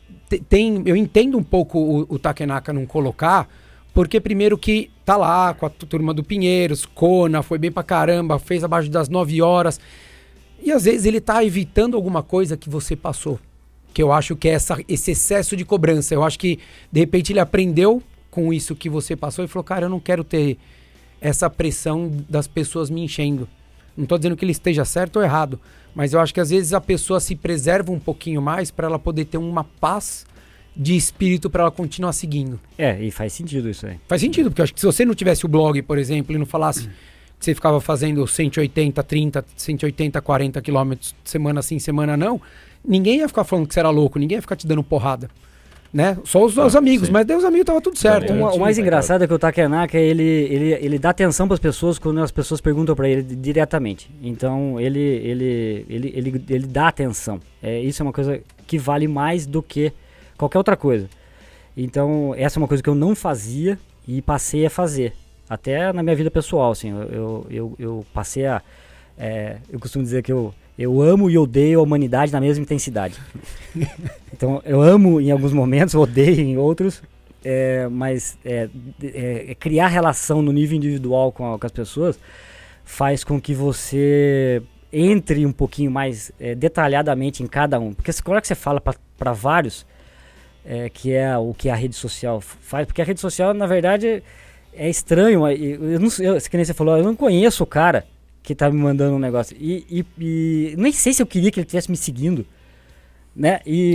eu entendo um pouco o Takenaka não colocar, porque primeiro que tá lá com a turma do Pinheiros, Kona, foi bem pra caramba, fez abaixo das 9 horas. E às vezes ele tá evitando alguma coisa que você passou. Que eu acho que é esse excesso de cobrança. Eu acho que, de repente, ele aprendeu com isso que você passou e falou, cara, eu não quero ter essa pressão das pessoas me enchendo. Não tô dizendo que ele esteja certo ou errado, mas eu acho que às vezes a pessoa se preserva um pouquinho mais para ela poder ter uma paz de espírito para ela continuar seguindo. E faz sentido isso aí. Faz sentido, porque eu acho que se você não tivesse o blog, por exemplo, e não falasse que você ficava fazendo 180, 30, 180, 40 quilômetros semana sim, semana não, ninguém ia ficar falando que você era louco, ninguém ia ficar te dando porrada. Né? Só os amigos, sim. Mas daí os amigos tava tudo certo. O mais engraçado é que o Takenaka, ele dá atenção para as pessoas quando as pessoas perguntam para ele diretamente. Então ele dá atenção. Isso é uma coisa que vale mais do que qualquer outra coisa. Então, essa é uma coisa que eu não fazia e passei a fazer. Até na minha vida pessoal, assim. Eu passei a... eu costumo dizer que eu amo e odeio a humanidade na mesma intensidade. Então, eu amo em alguns momentos, odeio em outros. Mas criar relação no nível individual com as pessoas faz com que você entre um pouquinho mais detalhadamente em cada um. Porque na hora que você fala para vários... que é o que a rede social faz, porque a rede social, na verdade, é estranho. Que nem você falou, eu não conheço o cara que tá me mandando um negócio. E nem sei se eu queria que ele estivesse me seguindo, né? E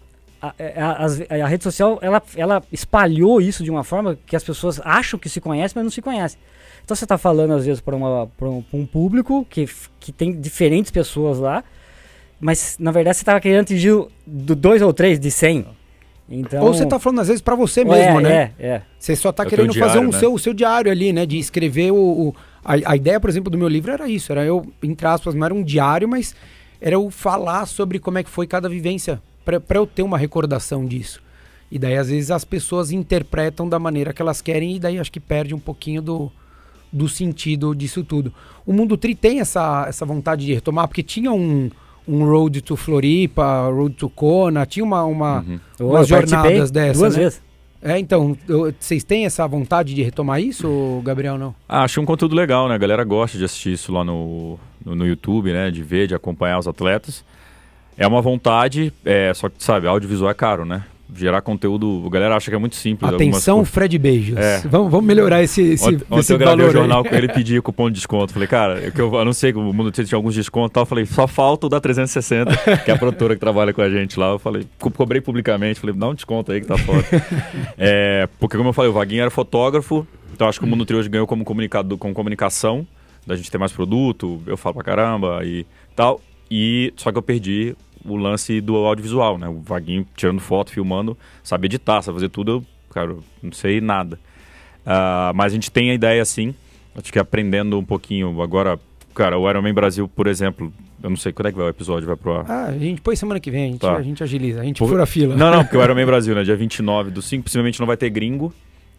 a rede social, ela espalhou isso de uma forma que as pessoas acham que se conhecem, mas não se conhecem. Então você tá falando, às vezes, para um público que tem diferentes pessoas lá, mas, na verdade, você tava querendo atingir 2 ou 3 de 100. Então, ou você tá falando às vezes pra você mesmo, né? Você só tá querendo fazer o seu diário ali, né? De escrever a ideia, por exemplo, do meu livro era isso. Era eu, entre aspas, não era um diário, mas era eu falar sobre como é que foi cada vivência. Pra eu ter uma recordação disso. E daí, às vezes, as pessoas interpretam da maneira que elas querem e daí acho que perde um pouquinho do sentido disso tudo. O Mundo Tri tem essa vontade de retomar, porque tinha um Road to Floripa, Road to Kona, tinha umas Eu jornadas dessas, duas né? vezes. Então, vocês têm essa vontade de retomar isso, ou Gabriel, não? Achei um conteúdo legal, né? A galera gosta de assistir isso lá no YouTube, né? De ver, de acompanhar os atletas. É uma vontade, só que, sabe, audiovisual é caro, né? Gerar conteúdo, a galera acha que é muito simples. Atenção, Fred Beijos. É. Vamos melhorar esse Ontem eu gravei valor o jornal aí. com ele e pedi cupom de desconto. Falei, cara, eu anunciei que o Mundo tinha alguns descontos e tal. Falei, só falta o da 360, que é a produtora que trabalha com a gente lá. Eu falei, cobrei publicamente. Falei, dá um desconto aí que tá foda. Porque, como eu falei, o Vaguinho era fotógrafo. Então acho que o Mundo Tri hoje ganhou como comunicação. Da gente ter mais produto, eu falo pra caramba e tal. Só que eu perdi o lance do audiovisual, né? O Vaguinho tirando foto, filmando, sabe editar, sabe fazer tudo, cara, eu não sei nada. Mas a gente tem a ideia, assim, acho que aprendendo um pouquinho agora, cara, o Ironman Brasil, por exemplo, eu não sei quando é que vai o episódio, vai pro ar. A gente põe semana que vem, Tá. a gente agiliza, a gente fura a fila. Não, porque o Ironman Brasil, né, dia 29/5, possivelmente não vai ter gringo,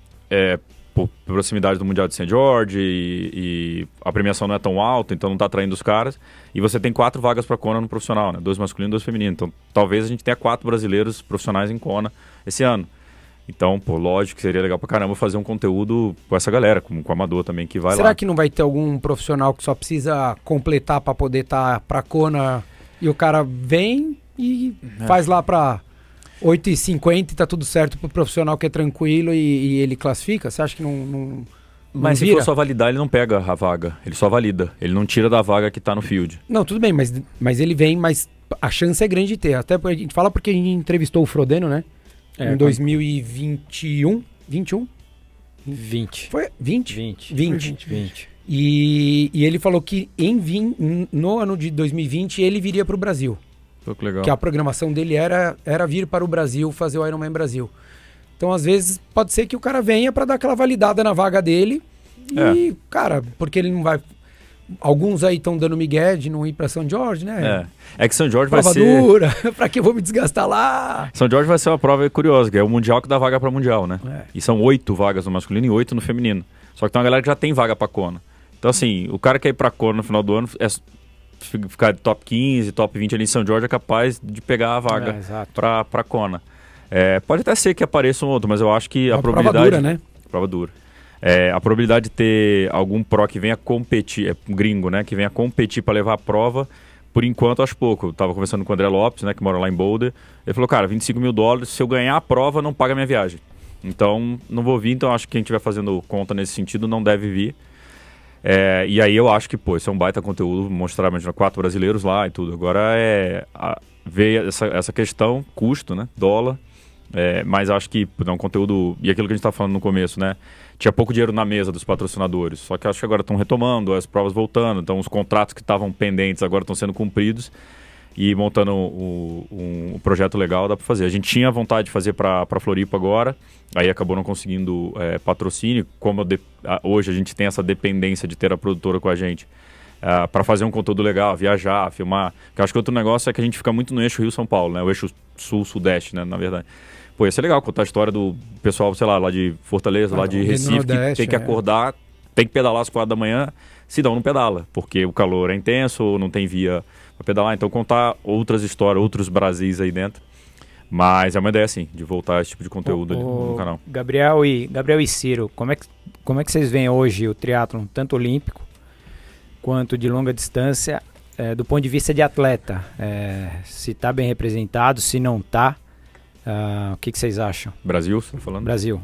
por proximidade do Mundial de St. George e a premiação não é tão alta, então não tá atraindo os caras. E você tem 4 vagas para Kona no profissional, né? 2 masculinos e 2 femininos. Então talvez a gente tenha 4 brasileiros profissionais em Kona esse ano. Então, lógico que seria legal pra caramba fazer um conteúdo com essa galera, com o amador também que vai lá. Será que não vai ter algum profissional que só precisa completar para poder estar pra Kona e o cara vem e faz lá pra 8h50 e tá tudo certo pro profissional que é tranquilo e ele classifica? Você acha que não Mas se vira? for só validar, ele não pega a vaga. Ele só valida. Ele não tira da vaga que tá no field. Não, tudo bem, mas ele vem, mas a chance é grande de ter. Até porque a gente fala porque a gente entrevistou o Frodeno, né? Em 2021. 21? 20. Foi 20? 20. E ele falou que no ano de 2020 ele viria pro Brasil. Pô, que legal. Que a programação dele era vir para o Brasil fazer o Ironman Brasil. Então, às vezes, pode ser que o cara venha para dar aquela validada na vaga dele. E, cara, porque ele não vai... Alguns aí estão dando migué de não ir para São Jorge, né? É que São Jorge Prova vai ser... dura, pra que eu vou me desgastar lá? São Jorge vai ser uma prova curiosa, que é o Mundial que dá vaga para Mundial, né? E são 8 vagas no masculino e 8 no feminino. Só que tem uma galera que já tem vaga para Kona. Então, assim, o cara que quer ir para Kona no final do ano... ficar top 15, top 20 ali em São Jorge é capaz de pegar a vaga pra Kona. Pode até ser que apareça um outro, mas eu acho que a probabilidade... Prova dura, né? Prova dura. A probabilidade de ter algum pro que venha competir, gringo, né? Que venha competir para levar a prova, por enquanto acho pouco. Eu tava conversando com o André Lopes, né? Que mora lá em Boulder. Ele falou, cara, $25 mil, se eu ganhar a prova, não paga a minha viagem. Então, não vou vir. Então, acho que quem estiver fazendo conta nesse sentido não deve vir. E aí eu acho que, isso é um baita conteúdo, mostrar, imagina, 4 brasileiros lá e tudo. Agora ver essa questão, custo, né, dólar, mas acho que é um conteúdo, e aquilo que a gente estava falando no começo, né, tinha pouco dinheiro na mesa dos patrocinadores, só que acho que agora estão retomando, as provas voltando, então os contratos que estavam pendentes agora estão sendo cumpridos e montando um projeto legal, dá para fazer. A gente tinha vontade de fazer para Floripa agora, aí acabou não conseguindo patrocínio, como hoje a gente tem essa dependência de ter a produtora com a gente, para fazer um conteúdo legal, viajar, filmar. Porque eu acho que outro negócio é que a gente fica muito no eixo Rio-São Paulo, né? O eixo sul-sudeste, né? Na verdade. Ia ser legal contar a história do pessoal, sei lá de Fortaleza, lá de Recife, Nordeste, que tem que acordar, tem que pedalar às 4 da manhã, se não pedala, porque o calor é intenso, não tem via para pedalar. Então contar outras histórias, outros Brasis aí dentro. Mas é uma ideia, assim, de voltar esse tipo de conteúdo ali no canal. Gabriel e Ciro, como é que vocês veem hoje o triatlon, tanto olímpico quanto de longa distância, do ponto de vista de atleta? Se está bem representado, se não está, o que vocês acham? Brasil, você tá falando? Brasil.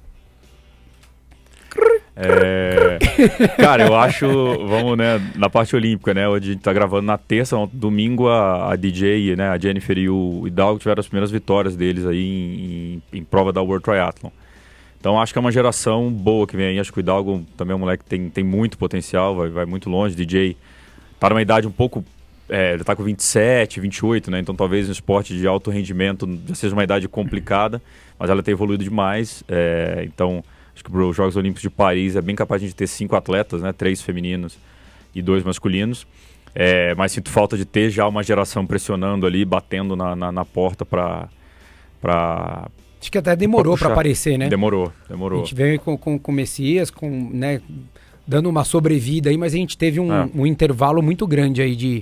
Cara, eu acho, vamos, né, na parte olímpica, né, hoje a gente tá gravando na terça, domingo a DJ, né, a Jennifer e o Hidalgo tiveram as primeiras vitórias deles aí em prova da World Triathlon. Então acho que é uma geração boa que vem aí, acho que o Hidalgo também é um moleque que tem muito potencial, vai muito longe. DJ tá numa idade um pouco, ele tá com 27, 28, né, então talvez um esporte de alto rendimento já seja uma idade complicada, mas ela tem evoluído demais, então acho que para os Jogos Olímpicos de Paris é bem capaz de a gente ter 5 atletas, né, 3 femininos e 2 masculinos, mas sinto falta de ter já uma geração pressionando ali, batendo na porta para Acho que até demorou para aparecer, né? Demorou. A gente veio com o Messias, né, dando uma sobrevida aí, mas a gente teve um intervalo muito grande aí de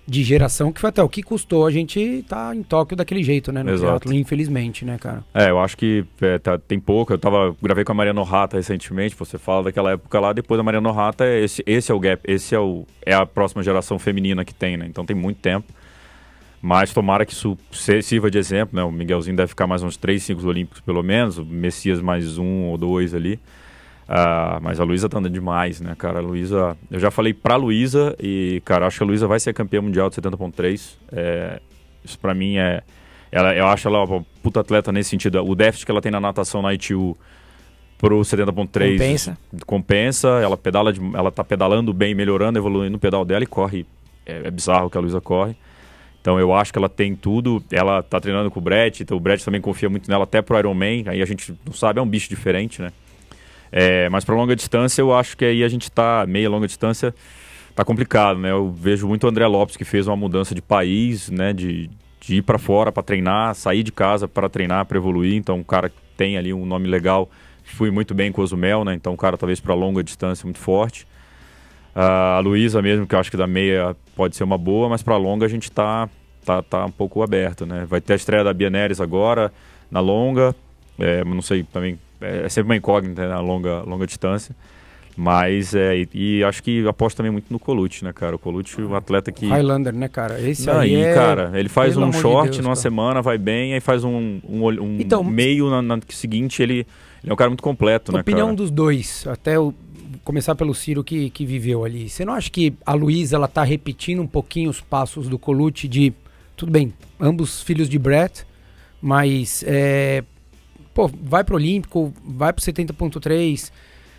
de geração, que foi até o que custou a gente tá em Tóquio daquele jeito, né? No Exato. triatlon, infelizmente, né, cara? Eu acho que tem pouco. Gravei com a Mariana Ohata recentemente, você fala daquela época lá, depois da Mariana Ohata, esse é o gap, é a próxima geração feminina que tem, né? Então tem muito tempo. Mas tomara que isso sirva de exemplo, né? O Miguelzinho deve ficar mais uns 3 ciclos olímpicos pelo menos, o Messias mais 1 ou 2 ali. Mas a Luísa tá andando demais, né, cara? A Luísa, eu já falei pra Luísa e, cara, acho que a Luísa vai ser campeã mundial de 70.3. Isso pra mim eu acho ela uma puta atleta nesse sentido. O déficit que ela tem na natação na ITU pro 70.3 compensa. Ela tá pedalando bem, melhorando, evoluindo o pedal dela e corre. É bizarro que a Luísa corre. Então eu acho que ela tem tudo. Ela tá treinando com o Brett, então o Brett também confia muito nela, até pro Ironman. Aí a gente não sabe, é um bicho diferente, né? Mas para longa distância, eu acho que aí a gente tá, meia longa distância, tá complicado, né? Eu vejo muito o André Lopes, que fez uma mudança de país, né? De ir para fora para treinar, sair de casa para treinar, para evoluir. Então, um cara que tem ali um nome legal, fui muito bem com o Cozumel, né? Então, um cara talvez para longa distância muito forte. A Luísa mesmo, que eu acho que da meia pode ser uma boa, mas para longa a gente tá um pouco aberto, né? Vai ter a estreia da Bia Neres agora, na longa, não sei também. É sempre uma incógnita, né, a longa distância. Mas e acho que aposto também muito no Colucci, né, cara? O Colucci, um atleta que... Highlander, né, cara? Esse Não, aí cara, ele faz pelo um amor de short Deus, numa cara. semana, vai bem, aí faz um Então, meio na seguinte, ele é um cara muito completo, né, opinião cara? dos dois, até começar pelo Ciro que viveu ali. Você não acha que a Luísa, ela tá repetindo um pouquinho os passos do Colucci de... Tudo bem, ambos filhos de Brett, mas... vai pro Olímpico, vai pro 70.3.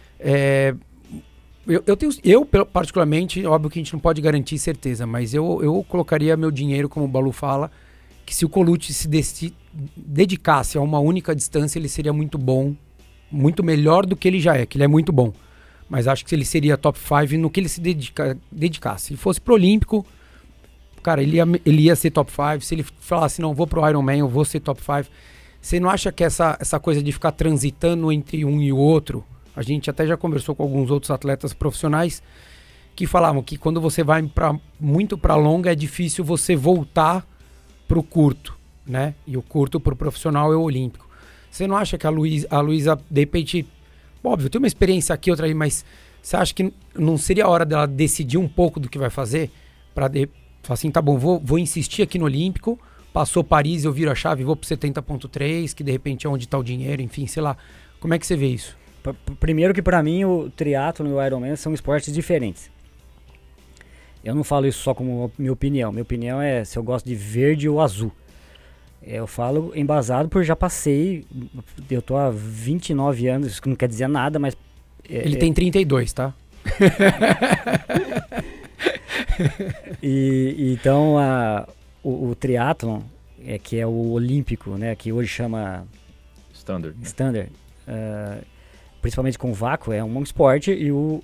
Eu, particularmente, óbvio que a gente não pode garantir certeza, mas eu colocaria meu dinheiro, como o Balu fala, que se o Colucci se dedicasse a uma única distância, ele seria muito bom, muito melhor do que ele já é, que ele é muito bom. Mas acho que ele seria top 5 no que ele se dedicasse. Se fosse pro Olímpico, cara, ele ia ser top 5. Se ele falasse, não, vou pro Ironman, eu vou ser top 5. Você não acha que essa coisa de ficar transitando entre um e o outro, a gente até já conversou com alguns outros atletas profissionais que falavam que quando você vai muito para longa é difícil você voltar pro curto, né? E o curto pro profissional é o olímpico. Você não acha que a Luísa, de repente, óbvio, tem uma experiência aqui, outra aí, mas você acha que não seria a hora dela decidir um pouco do que vai fazer? Falar assim, tá bom, vou insistir aqui no Olímpico, passou Paris, eu viro a chave, vou pro 70.3, que de repente é onde tá o dinheiro, enfim, sei lá. Como é que você vê isso? Primeiro que pra mim o triatlon e o Ironman são esportes diferentes. Eu não falo isso só como minha opinião. Minha opinião é se eu gosto de verde ou azul. Eu falo embasado por já passei, eu tô há 29 anos, isso não quer dizer nada, mas... Ele tem 32, tá? Então o triatlon, que é o olímpico, né, que hoje chama Standard, principalmente com o vácuo, é um esporte, e o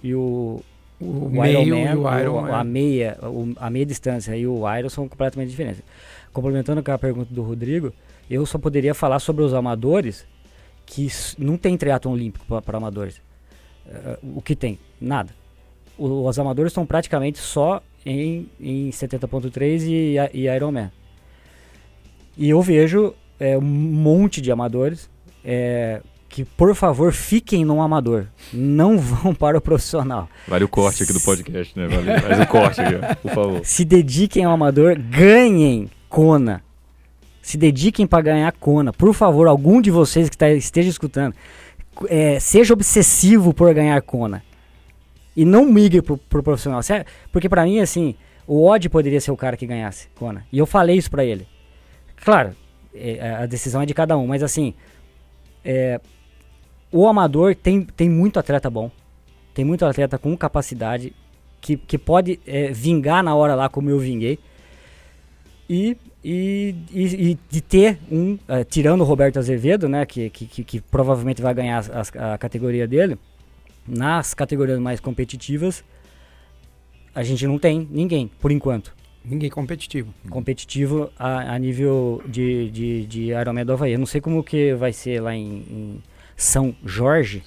Ironman, a meia distância e o Iron são completamente diferentes. Complementando com a pergunta do Rodrigo, eu só poderia falar sobre os amadores, que não tem triatlon olímpico para amadores. O que tem? Nada. Os amadores estão praticamente só em 70.3 e Ironman. E eu vejo um monte de amadores que, por favor, fiquem no amador. Não vão para o profissional. Vale o corte aqui do podcast, né? Faz o corte aqui, por favor. Se dediquem ao amador, ganhem Kona. Se dediquem para ganhar Kona. Por favor, algum de vocês que esteja escutando, seja obsessivo por ganhar Kona. E não migre pro profissional. Porque pra mim, assim, o Odd poderia ser o cara que ganhasse Kona. E eu falei isso pra ele. Claro, a decisão é de cada um, mas assim, o amador tem muito atleta bom. Tem muito atleta com capacidade que pode vingar na hora lá como eu vinguei. E de ter tirando o Roberto Azevedo, né, que provavelmente vai ganhar a categoria dele, nas categorias mais competitivas, a gente não tem ninguém, por enquanto. Ninguém competitivo. Competitivo a nível de Ironman do Havaí. Eu não sei como que vai ser lá em São Jorge.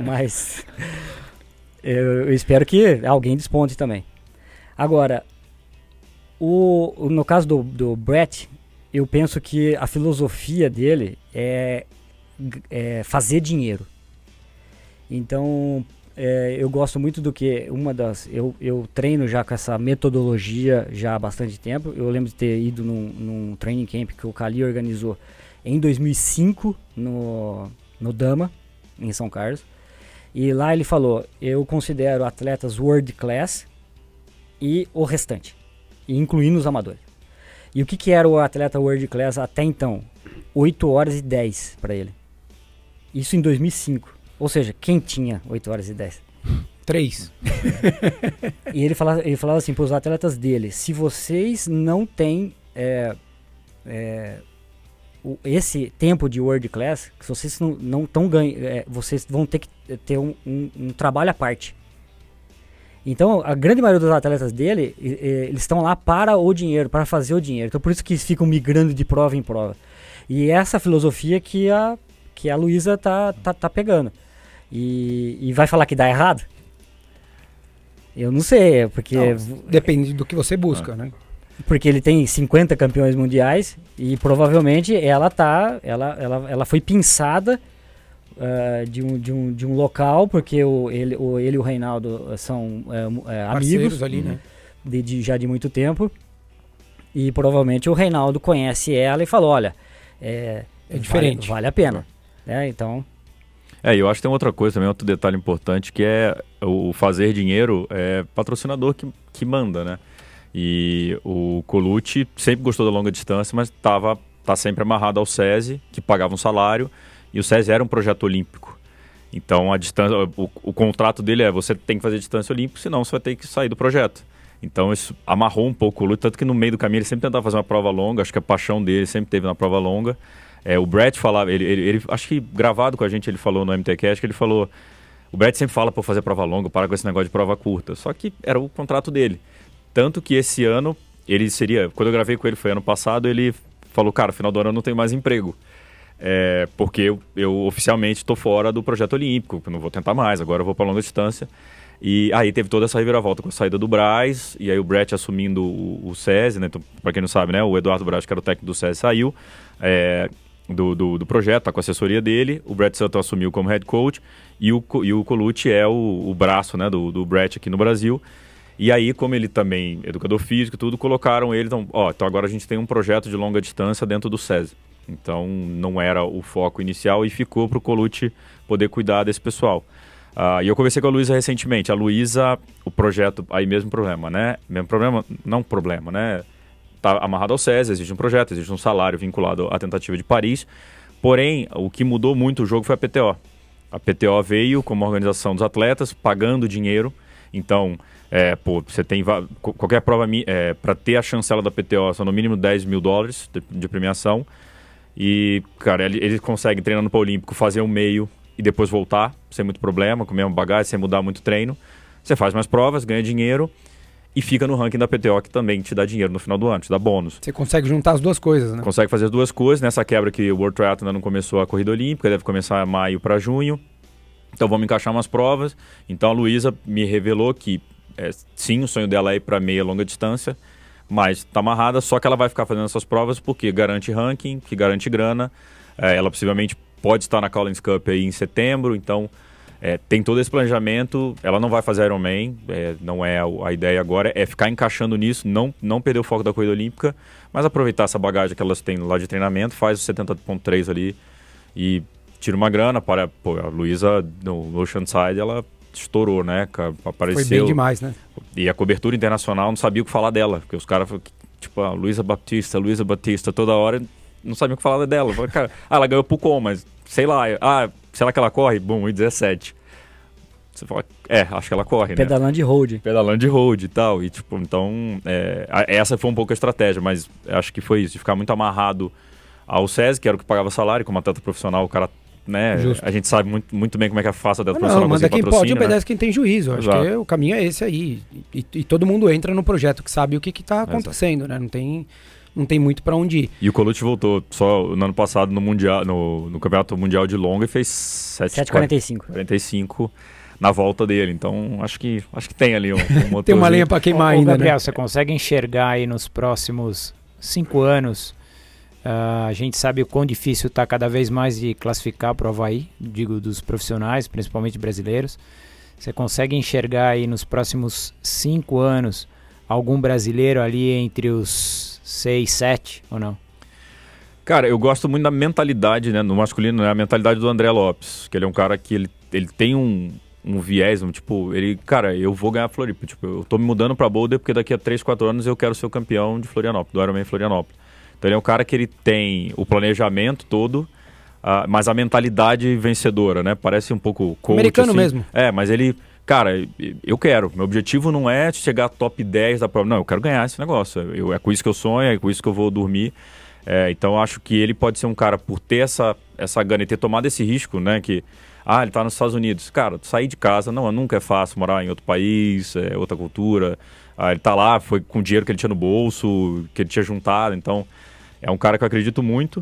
Mas eu espero que alguém desponte também. Agora, No caso do Brett, eu penso que a filosofia dele é fazer dinheiro. Então, eu gosto muito do que eu treino já com essa metodologia já há bastante tempo. Eu lembro de ter ido num training camp que o Cali organizou em 2005 no Dama, em São Carlos. E lá ele falou, eu considero atletas world class e o restante, incluindo os amadores. E o que era o atleta world class até então? 8 horas e 10 para ele. Isso em 2005. Ou seja, quem tinha 8 horas e 10? 3. E ele falava assim para os atletas dele, se vocês não têm esse tempo de world class, se vocês não estão ganhando, vocês vão ter que ter um trabalho à parte. Então, a grande maioria dos atletas dele, eles estão lá para o dinheiro, para fazer o dinheiro. Então, por isso que eles ficam migrando de prova em prova. E essa filosofia que a Luísa tá pegando. E vai falar que dá errado? Eu não sei, porque... Depende do que você busca, né? Porque ele tem 50 campeões mundiais e provavelmente ela foi pinçada de um local, porque ele e o Reinaldo são amigos ali, né? Já de muito tempo. E provavelmente o Reinaldo conhece ela e falou, olha, é diferente. Vale a pena. Então... eu acho que tem outra coisa também, outro detalhe importante, que é o fazer dinheiro, patrocinador que manda, né? E o Colucci sempre gostou da longa distância, mas tá sempre amarrado ao SESI, que pagava um salário, e o SESI era um projeto olímpico. Então a distância, o contrato dele você tem que fazer distância olímpica, senão você vai ter que sair do projeto. Então isso amarrou um pouco o Colucci, tanto que no meio do caminho ele sempre tentava fazer uma prova longa, acho que a paixão dele sempre teve na prova longa. O Brett falava, ele acho que gravado com a gente, ele falou no MTCast, que ele falou, o Brett sempre fala para fazer prova longa, para com esse negócio de prova curta, só que era o contrato dele. Tanto que esse ano, quando eu gravei com ele, foi ano passado, ele falou, cara, no final do ano eu não tenho mais emprego, porque eu oficialmente estou fora do projeto olímpico, eu não vou tentar mais, agora eu vou para longa distância. E aí teve toda essa reviravolta com a saída do Braz, e aí o Brett assumindo o SESI, né? Então, para quem não sabe, né? O Eduardo Braz, que era o técnico do SESI, saiu do projeto, tá com a assessoria dele, o Brett Sutton assumiu como head coach, e o Colucci é o braço, né, do Brett aqui no Brasil. E aí, como ele também é educador físico e tudo, colocaram ele, então agora a gente tem um projeto de longa distância dentro do SESI. Então não era o foco inicial e ficou para o Colucci poder cuidar desse pessoal. E eu conversei com a Luísa recentemente. A Luísa, o projeto, aí mesmo problema, né? Mesmo problema, não problema, né? Tá amarrado ao SESI, existe um projeto, existe um salário vinculado à tentativa de Paris. Porém, o que mudou muito o jogo foi a PTO. A PTO veio como organização dos atletas, pagando dinheiro. Então, você tem qualquer prova, para ter a chancela da PTO, são no mínimo $10 mil de premiação. E, cara, eles conseguem, treinando para o Olímpico, fazer um meio e depois voltar, sem muito problema, com a mesma bagagem, sem mudar muito treino. Você faz mais provas, ganha dinheiro e fica no ranking da PTO, que também te dá dinheiro no final do ano, te dá bônus. Você consegue juntar as duas coisas, né? Consegue fazer as duas coisas. Nessa quebra que o World Triathlon ainda não começou a corrida olímpica, deve começar em maio para junho. Então vamos encaixar umas provas. Então a Luísa me revelou que, sim, o sonho dela é ir para meia longa distância, mas está amarrada, só que ela vai ficar fazendo essas provas porque garante ranking, que garante grana. Ela possivelmente pode estar na Collins Cup aí em setembro, então tem todo esse planejamento. Ela não vai fazer Ironman, não é a ideia agora, é ficar encaixando nisso, não perder o foco da corrida olímpica, mas aproveitar essa bagagem que elas têm lá de treinamento, faz o 70.3 ali e tira uma grana. A Luísa no Oceanside, ela estourou, né? Apareceu. Foi bem demais, né? E a cobertura internacional não sabia o que falar dela, porque os caras, tipo, a Luísa Batista, toda hora não sabiam o que falar dela. Falei, cara, ela ganhou pro com, mas sei lá, será que ela corre? Bom, 1,17. Você fala, acho que ela corre, Pedalando de road. Pedalando de road e tal. E, tipo, então, essa foi um pouco a estratégia, mas acho que foi isso, de ficar muito amarrado ao SESI, que era o que pagava salário, como atleta profissional, o cara, né? Justo. A gente sabe muito bem como é que é fácil atleta profissional. Não, manda quem pode, né? obedece quem tem juízo. Acho que o caminho é esse aí. E todo mundo entra no projeto que sabe o que está acontecendo, né? Não tem muito para onde ir. E o Colucci voltou só no ano passado no Mundial, no Campeonato Mundial de Longa e fez 7,45. 45. na volta dele. Então, acho que tem ali um motor. Tem uma lenha para queimar ainda, Gabriel, né? você consegue enxergar aí nos próximos 5 anos, a gente sabe o quão difícil está cada vez mais de classificar para o Avaí, digo, dos profissionais, principalmente brasileiros. Você consegue enxergar aí nos próximos 5 anos algum brasileiro ali entre os 6, 7 ou não? Cara, eu gosto muito da mentalidade, né, no masculino, né, a mentalidade do André Lopes, que ele é um cara que ele tem um viés, tipo, cara, eu vou ganhar Floripa, tipo, eu tô me mudando pra Boulder porque daqui a 3, 4 anos eu quero ser o campeão de Florianópolis, do Ironman Florianópolis. Então ele é um cara que ele tem o planejamento todo, mas a mentalidade vencedora, né, parece um pouco coach, americano assim. mesmo. Mas ele, cara, eu quero, meu objetivo não é chegar top 10 da prova, não, eu quero ganhar esse negócio, é com isso que eu sonho, é com isso que eu vou dormir. Então eu acho que ele pode ser um cara, por ter essa gana e ter tomado esse risco, né, que ele tá nos Estados Unidos. Cara, sair de casa, nunca é fácil morar em outro país, outra cultura. Ele tá lá, foi com o dinheiro que ele tinha no bolso, que ele tinha juntado. Então, é um cara que eu acredito muito.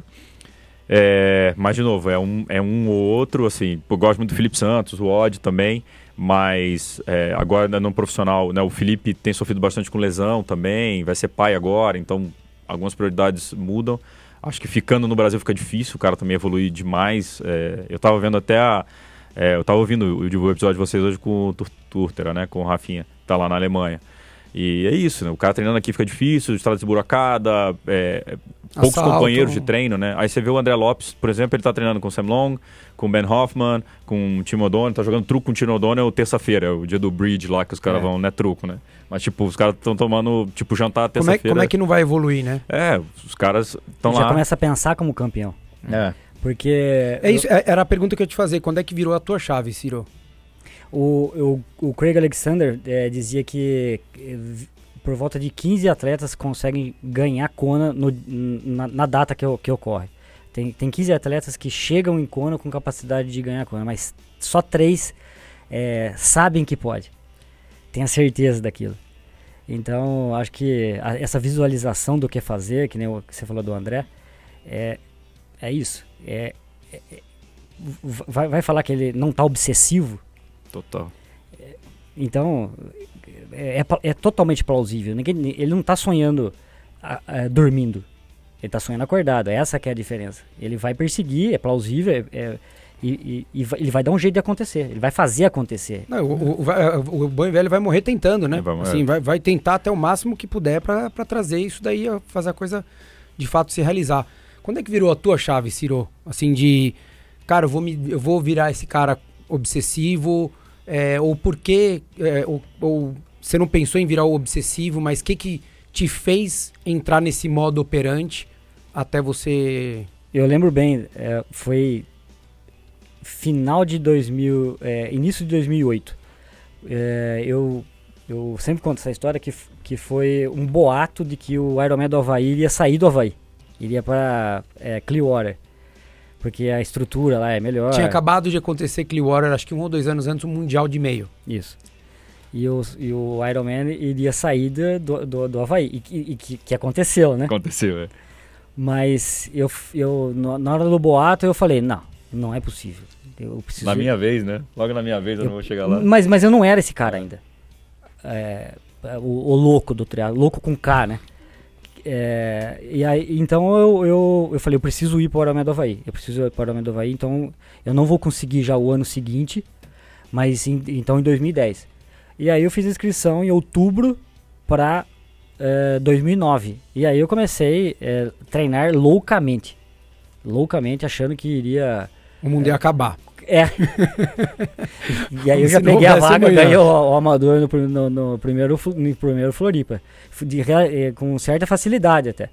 Mas, de novo, é um ou outro, assim. Eu gosto muito do Felipe Santos, o Odd também. Mas, agora no profissional, né, o Felipe tem sofrido bastante com lesão também. Vai ser pai agora, então algumas prioridades mudam. Acho que ficando no Brasil fica difícil, o cara também evolui demais. Eu tava vendo até eu tava ouvindo o episódio de vocês hoje com o Turtera, né? Com o Rafinha, tá lá na Alemanha. E é isso, né? O cara treinando aqui fica difícil, estrada desburacada, poucos companheiros de treino, né? Aí você vê o André Lopes, por exemplo, ele tá treinando com o Sam Long, com o Ben Hoffman, com o Tim O'Donnell, tá jogando truco com o Tim O'Donnell terça-feira, é o dia do bridge lá que os caras vão, né? Truco, né? Mas, tipo, os caras estão tomando, tipo, jantar terça-feira. Como é que não vai evoluir, né? Os caras estão lá. Já começa a pensar como campeão. Porque... Isso, era a pergunta que eu ia te fazer. Quando é que virou a tua chave, Ciro? O Craig Alexander dizia que por volta de 15 atletas conseguem ganhar Kona na data que ocorre. Tem 15 atletas que chegam em Kona com capacidade de ganhar Kona, mas só 3 sabem que pode. Tem a certeza daquilo. Então, acho que essa visualização do que fazer, que nem o que você falou do André, é isso. Vai falar que ele não está obsessivo? Total. Então, é totalmente plausível. Ele não está sonhando dormindo. Ele está sonhando acordado. Essa que é a diferença. Ele vai perseguir, é plausível, e ele vai dar um jeito de acontecer. Ele vai fazer acontecer. Não, o bom e velho vai morrer tentando, né? Assim, vai tentar até o máximo que puder para trazer isso daí, fazer a coisa de fato se realizar. Quando é que virou a tua chave, Ciro? Assim, de... Cara, eu vou virar esse cara obsessivo, ou por que... ou você não pensou em virar o obsessivo, mas o que te fez entrar nesse modo operante até você... Eu lembro bem, foi final de início de 2008. Eu sempre conto essa história que foi um boato de que o Ironman do Avaí iria sair do Avaí. Iria para Clearwater, porque a estrutura lá é melhor. Tinha acabado de acontecer Clearwater, acho que 1 ou 2 anos antes, um Mundial de meio. Isso. E o Ironman iria sair do Avaí, e que aconteceu, né? Aconteceu, Mas na hora do boato eu falei, não é possível. Eu preciso... Na minha vez, né? Logo na minha vez eu não vou chegar lá. Mas eu não era esse cara ainda. O louco do triatlo, louco com K, né? E aí, então eu falei, eu preciso ir para o Ironman do Avaí. Então eu não vou conseguir já o ano seguinte, mas então em 2010. E aí eu fiz inscrição em outubro para 2009. E aí eu comecei a treinar loucamente, achando que iria... O mundo ia acabar. E aí eu já peguei a vaga, ganhei o amador no primeiro Floripa, com certa facilidade até.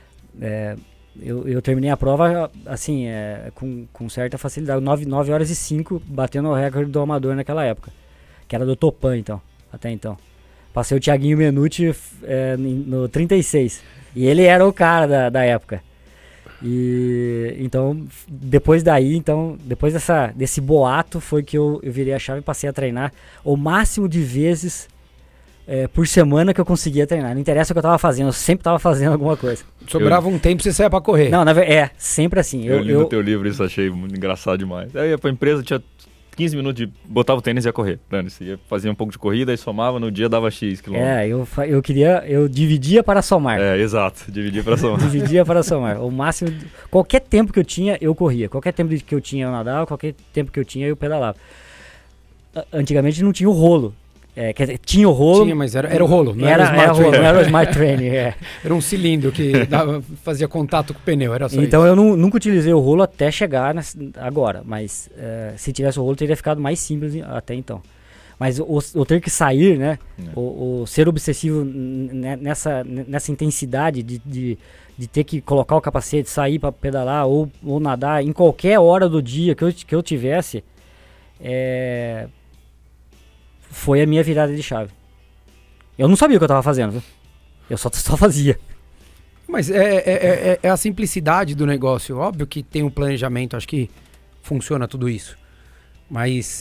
Eu terminei a prova assim, com certa facilidade, 9 horas e 5, batendo o recorde do amador naquela época, que era do Topan até então. Passei o Thiaguinho Menucci no 36, e ele era o cara da época. E então depois desse boato foi que eu virei a chave e passei a treinar o máximo de vezes por semana que eu conseguia treinar. Não interessa o que eu tava fazendo, eu sempre tava fazendo alguma coisa. Sobrava um tempo e você saia pra correr. Não, sempre assim. Eu li no teu livro isso, achei muito engraçado demais. Aí ia pra empresa, tinha 15 minutos de... Botava o tênis e ia correr. Fazia um pouco de corrida e somava, no dia dava X quilômetros. Eu dividia para somar. Exato, dividia para somar. Dividia para somar. O máximo, qualquer tempo que eu tinha, eu corria. Qualquer tempo que eu tinha, eu nadava. Qualquer tempo que eu tinha, eu pedalava. Antigamente não tinha o rolo. Quer dizer, tinha o rolo. Tinha, mas era o rolo, não era o Smart rolo, Trainer. não era o Smart Trainer. Era um cilindro que fazia contato com o pneu, era só então isso. eu nunca utilizei o rolo até chegar agora, mas se tivesse o rolo teria ficado mais simples até então. Mas o ter que sair, né, o ser obsessivo nessa intensidade de ter que colocar o capacete, sair para pedalar ou nadar em qualquer hora do dia que eu tivesse, foi a minha virada de chave. Eu não sabia o que eu estava fazendo, viu? Eu só fazia. Mas é a simplicidade do negócio. Óbvio que tem um planejamento, acho que funciona tudo isso. Mas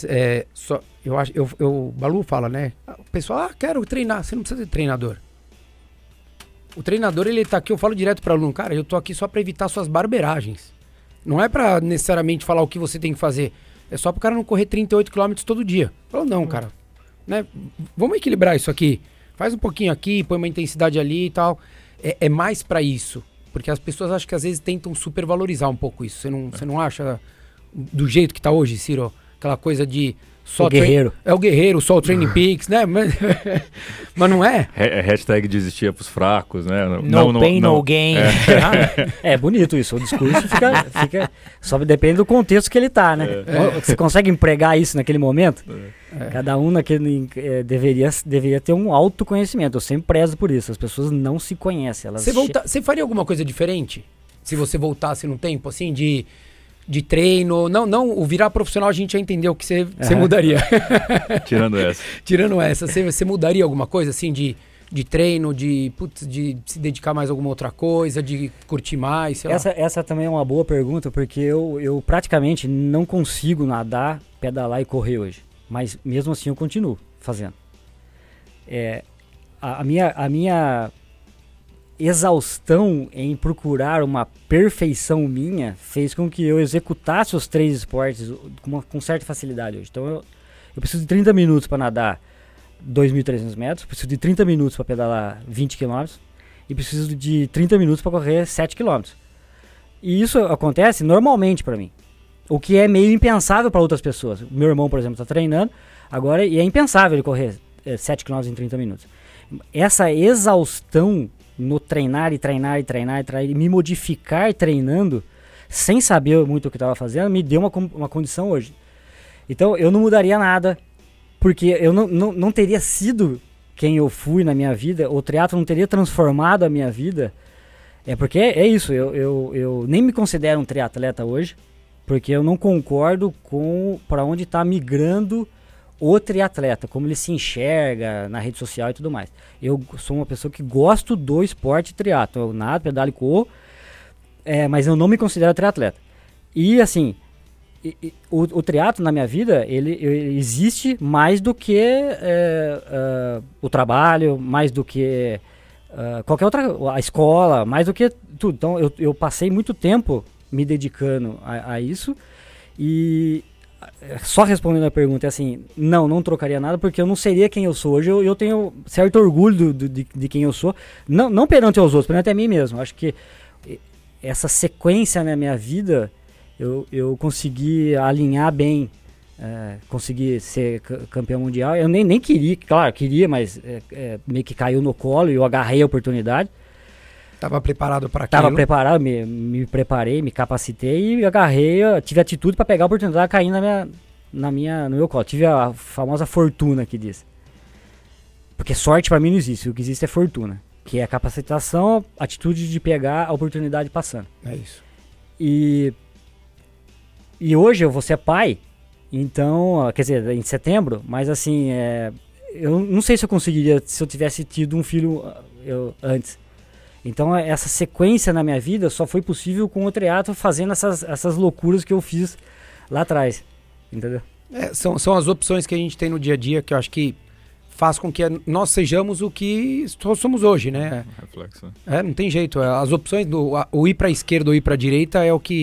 o Balu fala, né? O pessoal, quero treinar. Você não precisa de treinador. O treinador, ele tá aqui, eu falo direto para o aluno, cara, eu tô aqui só para evitar suas barberagens. Não é para necessariamente falar o que você tem que fazer. É só pro cara não correr 38 km todo dia. Falou, não, cara. Né? Vamos equilibrar isso aqui. Faz um pouquinho aqui, põe uma intensidade ali e tal. É mais pra isso. Porque as pessoas acho que às vezes tentam supervalorizar um pouco isso. Você não acha do jeito que tá hoje, Ciro? Aquela coisa de só o guerreiro. É o guerreiro, só o Training Peaks, né? Mas não é? Hashtag desistia pros fracos, né? No pain, no gain. É bonito isso. O discurso fica... Só depende do contexto que ele tá, né? Você consegue empregar isso naquele momento? Cada um deveria ter um autoconhecimento. Eu sempre prezo por isso. As pessoas não se conhecem. Você faria alguma coisa diferente? Se você voltasse no tempo, assim, de treino? Não, o virar profissional a gente já entendeu que você mudaria. Tirando essa, você mudaria alguma coisa, assim, de treino, de se dedicar mais a alguma outra coisa, de curtir mais, sei lá? Essa também é uma boa pergunta, porque eu praticamente não consigo nadar, pedalar e correr hoje. Mas mesmo assim eu continuo fazendo. A minha exaustão em procurar uma perfeição minha fez com que eu executasse os 3 esportes com certa facilidade hoje. Então eu preciso de 30 minutos para nadar 2.300 metros, preciso de 30 minutos para pedalar 20 km e preciso de 30 minutos para correr 7 km. E isso acontece normalmente para mim. O que é meio impensável para outras pessoas. Meu irmão, por exemplo, está treinando agora e é impensável ele correr 7 km em 30 minutos. Essa exaustão no treinar e me modificar treinando, sem saber muito o que estava fazendo, me deu uma condição hoje. Então eu não mudaria nada, porque eu não teria sido quem eu fui na minha vida, o triatlo não teria transformado a minha vida. Porque é isso, eu nem me considero um triatleta hoje, porque eu não concordo com para onde está migrando o triatleta, como ele se enxerga na rede social e tudo mais. Eu sou uma pessoa que gosto do esporte triatlo, eu nado, pedalo e corro, mas eu não me considero triatleta. E assim, o triatlo na minha vida, ele existe mais do que o trabalho, mais do que qualquer outra, a escola, mais do que tudo. Então eu passei muito tempo me dedicando a isso, e só respondendo a pergunta, assim, não trocaria nada, porque eu não seria quem eu sou hoje. Eu tenho certo orgulho de quem eu sou, não perante aos outros, perante a mim mesmo. Acho que essa sequência na minha vida eu consegui alinhar bem, consegui ser campeão mundial. Eu nem queria, claro, queria, mas meio que caiu no colo e eu agarrei a oportunidade. Tava preparado para aquilo? Tava preparado, me preparei, me capacitei e agarrei, tive atitude para pegar a oportunidade cair no meu colo. Tive a famosa fortuna que diz. Porque sorte para mim não existe, o que existe é fortuna, que é a capacitação, a atitude de pegar a oportunidade passando. É isso. E hoje eu vou ser pai, então, quer dizer, em setembro, mas assim, eu não sei se eu conseguiria se eu tivesse tido um filho antes. Então essa sequência na minha vida só foi possível com o triatlo fazendo essas loucuras que eu fiz lá atrás, entendeu? São as opções que a gente tem no dia a dia que eu acho que faz com que nós sejamos o que somos hoje, né? Reflexo. Não tem jeito. As opções o ir para a esquerda ou ir para a direita é o que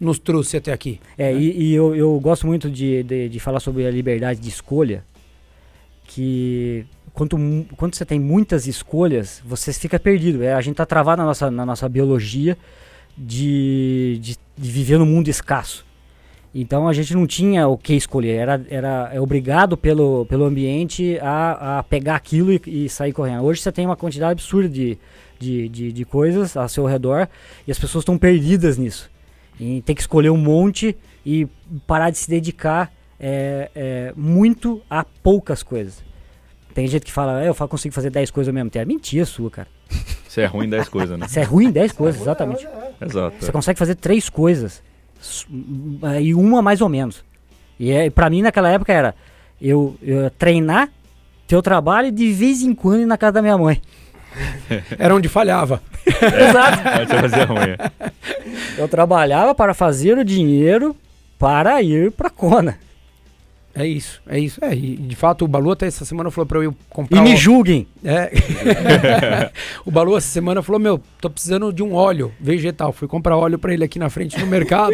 nos trouxe até aqui. E eu gosto muito de falar sobre a liberdade de escolha, que quando você tem muitas escolhas, você fica perdido. A gente tá travado na nossa biologia de viver num mundo escasso. Então a gente não tinha o que escolher, era obrigado pelo ambiente a pegar aquilo e sair correndo. Hoje você tem uma quantidade absurda de coisas ao seu redor e as pessoas estão perdidas nisso. E tem que escolher um monte e parar de se dedicar muito a poucas coisas. Tem gente que fala, eu consigo fazer 10 coisas ao mesmo tempo. É mentira sua, cara. Você é ruim em 10 coisas, né? Você é ruim em 10 coisas, exatamente. Exato. Você consegue fazer 3 coisas. E uma mais ou menos. E pra mim naquela época era eu treinar, ter o trabalho e de vez em quando ir na casa da minha mãe. Era onde falhava. Exato. Você fazia ruim. Eu trabalhava para fazer o dinheiro para ir pra Kona. É isso. E de fato o Balu até essa semana falou pra eu comprar... E me julguem. O Balu essa semana falou, tô precisando de um óleo vegetal. Fui comprar óleo pra ele aqui na frente no mercado.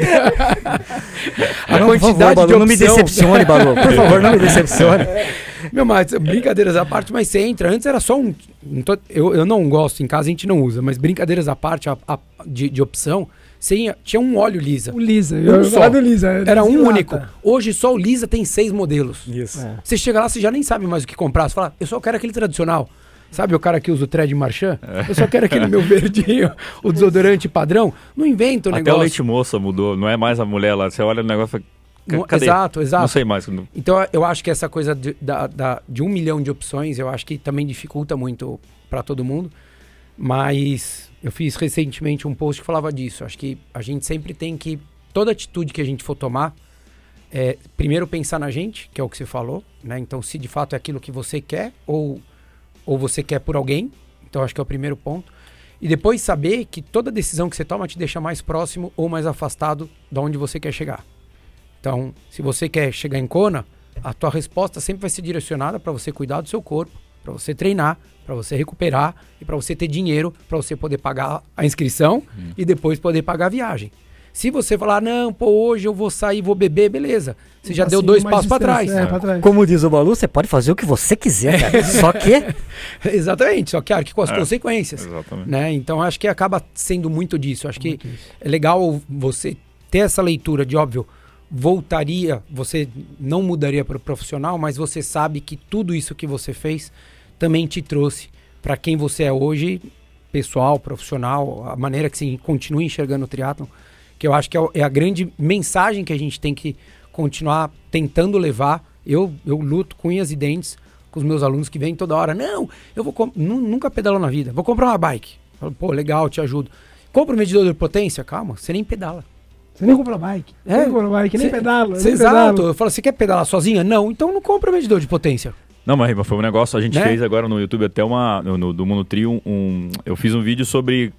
A não, quantidade por favor, Balu, de opção... não me decepcione, Balu. Por favor, não me decepcione. Mas brincadeiras à parte, mas você entra. Antes era só um... Eu não gosto, em casa a gente não usa, mas brincadeiras à parte de opção... Tinha um óleo Lisa. O Lisa, Um só. Era um Lisa único. lata. Hoje só o Lisa tem 6 modelos. Isso. Você chega lá, você já nem sabe mais o que comprar. Você fala, eu só quero aquele tradicional. Sabe o cara que usa o Thread Marchand? Eu só quero aquele meu verdinho, o desodorante padrão. Não inventa o Até negócio. o leite moça mudou, não é mais a mulher lá. Você olha o negócio e fala, cadê? Exato. Não sei mais. Então eu acho que essa coisa de 1 milhão de opções, eu acho que também dificulta muito para todo mundo. Mas eu fiz recentemente um post que falava disso. Acho que a gente sempre tem que, toda atitude que a gente for tomar, primeiro pensar na gente, que é o que você falou, né? Então se de fato é aquilo que você quer ou você quer por alguém, então acho que é o primeiro ponto. E depois saber que toda decisão que você toma te deixa mais próximo ou mais afastado de onde você quer chegar. Então, se você quer chegar em Kona, a tua resposta sempre vai ser direcionada para você cuidar do seu corpo, para você treinar, para você recuperar e para você ter dinheiro para você poder pagar a inscrição e depois poder pagar a viagem. Se você falar, não, hoje eu vou sair, vou beber, beleza. Você já deu 2 passos para trás. Pra trás. Como diz o Balu, você pode fazer o que você quiser, cara. Só que... Exatamente, só que com as consequências. Exatamente. Né? Então acho que acaba sendo muito disso. Acho que é legal você ter essa leitura de, óbvio, você não mudaria para o profissional, mas você sabe que tudo isso que você fez também te trouxe para quem você é hoje, pessoal, profissional, a maneira que você continua enxergando o triatlon, que eu acho que é a grande mensagem que a gente tem que continuar tentando levar. Eu luto com unhas e dentes com os meus alunos que vêm toda hora. Não, eu nunca pedalo na vida, vou comprar uma bike. Eu falo, legal, te ajudo. Compra um medidor de potência? Calma, você nem pedala. Você nem compra bike. Nem compra bike, nem pedala. Exato. Eu falo, você quer pedalar sozinha? Não, então não compra medidor de potência. Não, mas foi um negócio, a gente né? fez agora no YouTube até do Mundo Trio, eu fiz um vídeo sobre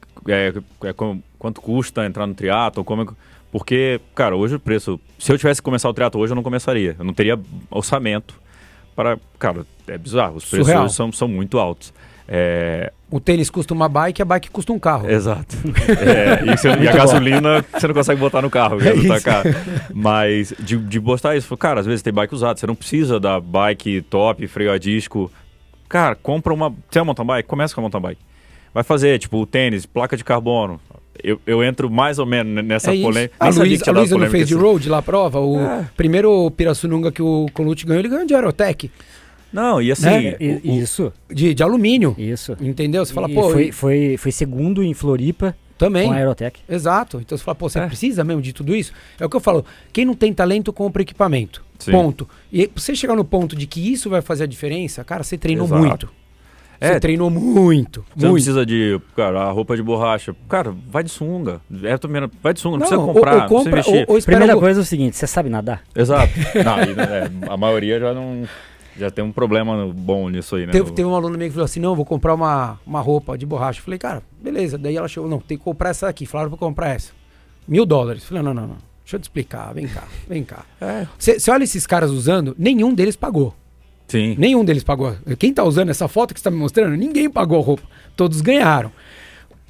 quanto custa entrar no triatlo, porque, cara, hoje o preço, se eu tivesse que começar o triatlo hoje, eu não começaria, eu não teria orçamento para, cara, é bizarro, os preços hoje são muito altos. O tênis custa uma bike, a bike custa um carro. Exato. E a gasolina você não consegue botar no carro, tá caro. Mas de postar isso, cara, às vezes tem bike usada, você não precisa da bike top, freio a disco. Cara, compra uma. Você é mountain bike? Começa com a mountain bike. Vai fazer, tipo, o tênis, placa de carbono. Eu entro mais ou menos nessa polêmica. A Luísa não fez de road lá a prova. O primeiro Pirassununga que o Colucci ganhou, ele ganhou de Aerotech. Não, e assim... Né? Isso. De alumínio. Isso. Entendeu? Você fala, Foi segundo em Floripa. Também. Com a Aerotech. Exato. Então você fala, você precisa mesmo de tudo isso? É o que eu falo. Quem não tem talento, compra equipamento. Sim. Ponto. E você chegar no ponto de que isso vai fazer a diferença, cara, você treinou muito. Você treinou muito. Você não precisa de, cara, a roupa de borracha. Cara, vai de sunga. Vai de sunga, não precisa comprar, não precisa investir. Primeira coisa é o seguinte, você sabe nadar? Exato. Não, a maioria já não... Já tem um problema bom nisso aí, né? Teve um aluno meu que falou assim, não, vou comprar uma roupa de borracha. Eu falei, cara, beleza. Daí ela chegou, não, tem que comprar essa aqui. Falaram pra comprar essa. $1.000. Eu falei, não. Deixa eu te explicar, vem cá. Você olha esses caras usando, nenhum deles pagou. Sim. Nenhum deles pagou. Quem tá usando essa foto que você tá me mostrando, ninguém pagou a roupa. Todos ganharam.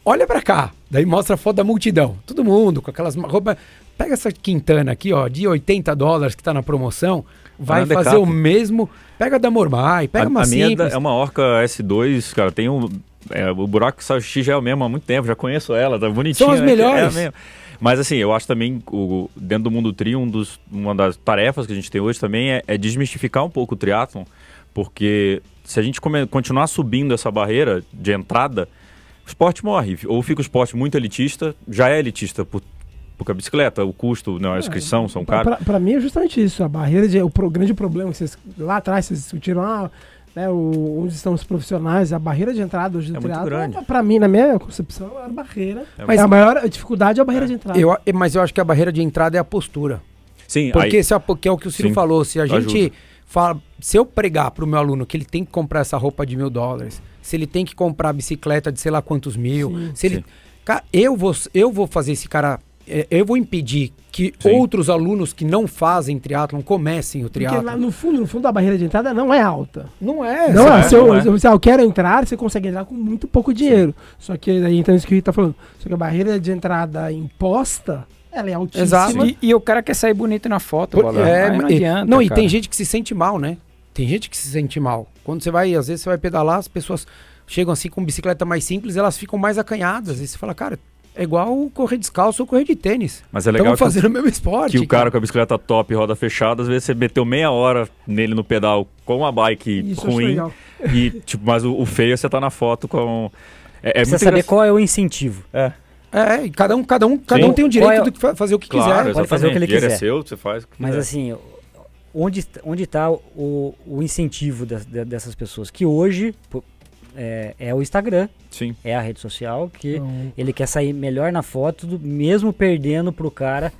olha pra cá. Daí mostra a foto da multidão. Todo mundo com aquelas roupas. Pega essa Quintana aqui, ó, de $80 que tá na promoção. Vai na fazer Decathlon. o mesmo. Pega da Mormai, pega uma A minha simples. é uma Orca S2, cara, tem o buraco que X já é o mesmo há muito tempo, já conheço ela, tá bonitinha. São as né? melhores. É a mesma. Mas assim, eu acho também, dentro do mundo tri, uma das tarefas que a gente tem hoje também é desmistificar um pouco o triatlon, porque se a gente continuar subindo essa barreira de entrada, o esporte morre. Ou fica o esporte muito elitista, já é elitista porque a bicicleta, o custo, não, a inscrição são caros. Pra mim é justamente isso, a barreira, o grande problema que vocês, lá atrás vocês discutiram, né, onde estão os profissionais, a barreira de entrada hoje do muito triatlo, grande. pra mim, na minha concepção, é a barreira. Mas a maior dificuldade é a barreira de entrada. Mas eu acho que a barreira de entrada é a postura. Sim, Porque aí, que é o que o Ciro sim, falou, se a ajuda. gente fala, se eu pregar pro meu aluno que ele tem que comprar essa roupa de $1.000, se ele tem que comprar a bicicleta de sei lá quantos mil, Sim. se ele, Sim. cara, eu vou fazer esse cara, eu vou impedir que Sim. outros alunos que não fazem triatlon comecem o Porque triatlon. lá no fundo, a barreira de entrada não é alta. Não é. Não é. sabe? Se eu quero entrar, você consegue entrar com muito pouco dinheiro. Só que aí então isso que o Rita tá falando. Só que a barreira de entrada imposta, ela é altíssima. Exato. E o cara quer sair bonito na foto, Balão. Aí não adianta, não, e cara. tem gente que se sente mal, né? Tem gente que se sente mal. Quando você vai, às vezes você vai pedalar, as pessoas chegam assim com bicicleta mais simples, elas ficam mais acanhadas. E você fala, cara, é igual correr descalço ou correr de tênis. mas é legal Estamos fazendo o mesmo esporte. que o cara com a bicicleta top, roda fechada, às vezes você meteu meia hora nele no pedal com a bike Isso eu acho ruim. legal. E, tipo, mas o feio é você tá na foto com. É Precisa muito saber engraçado. qual é o incentivo. É, e cada um Sim. tem o direito de fazer o que Claro, quiser. Pode fazer o que ele exatamente. Dinheiro é quiser. seu, você faz o que Mas quiser. assim, onde está o incentivo dessas pessoas? Que hoje é o Instagram, Sim. é a rede social, que Então, ele quer sair melhor na foto, mesmo perdendo pro cara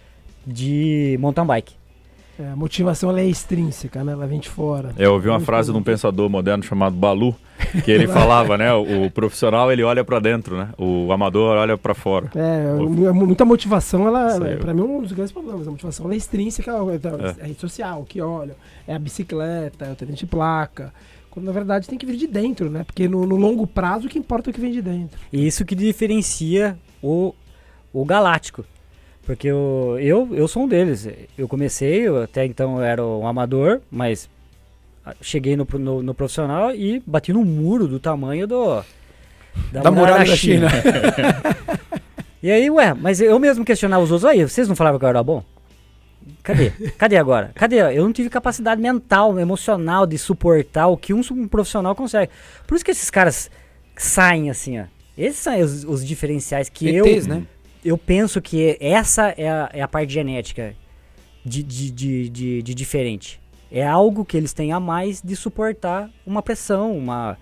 de mountain bike. a motivação ela é extrínseca, né? Ela vem de fora. Eu ouvi uma frase de um pensador moderno chamado Balu, que ele falava, né? O profissional ele olha pra dentro, né? O amador olha pra fora. Muita motivação, Isso aí. pra mim é um dos grandes problemas. A motivação ela é extrínseca, é a rede social, que olha, é a bicicleta, é o tênis de placa. Quando na verdade tem que vir de dentro, né? Porque no longo prazo o que importa é o que vem de dentro. E isso que diferencia o Galáctico. Porque eu sou um deles. Eu comecei, até então eu era um amador, mas cheguei no profissional e bati no muro do tamanho Da muralha da China. E aí, mas eu mesmo questionava os outros. Aí, vocês não falavam que eu era bom? Cadê? Cadê agora? Cadê? Eu não tive capacidade mental, emocional de suportar o que um profissional consegue. Por isso que esses caras saem assim, ó. Esses são os diferenciais que ETs, né? eu penso que essa é a parte genética de diferente. É algo que eles têm a mais de suportar uma pressão, uma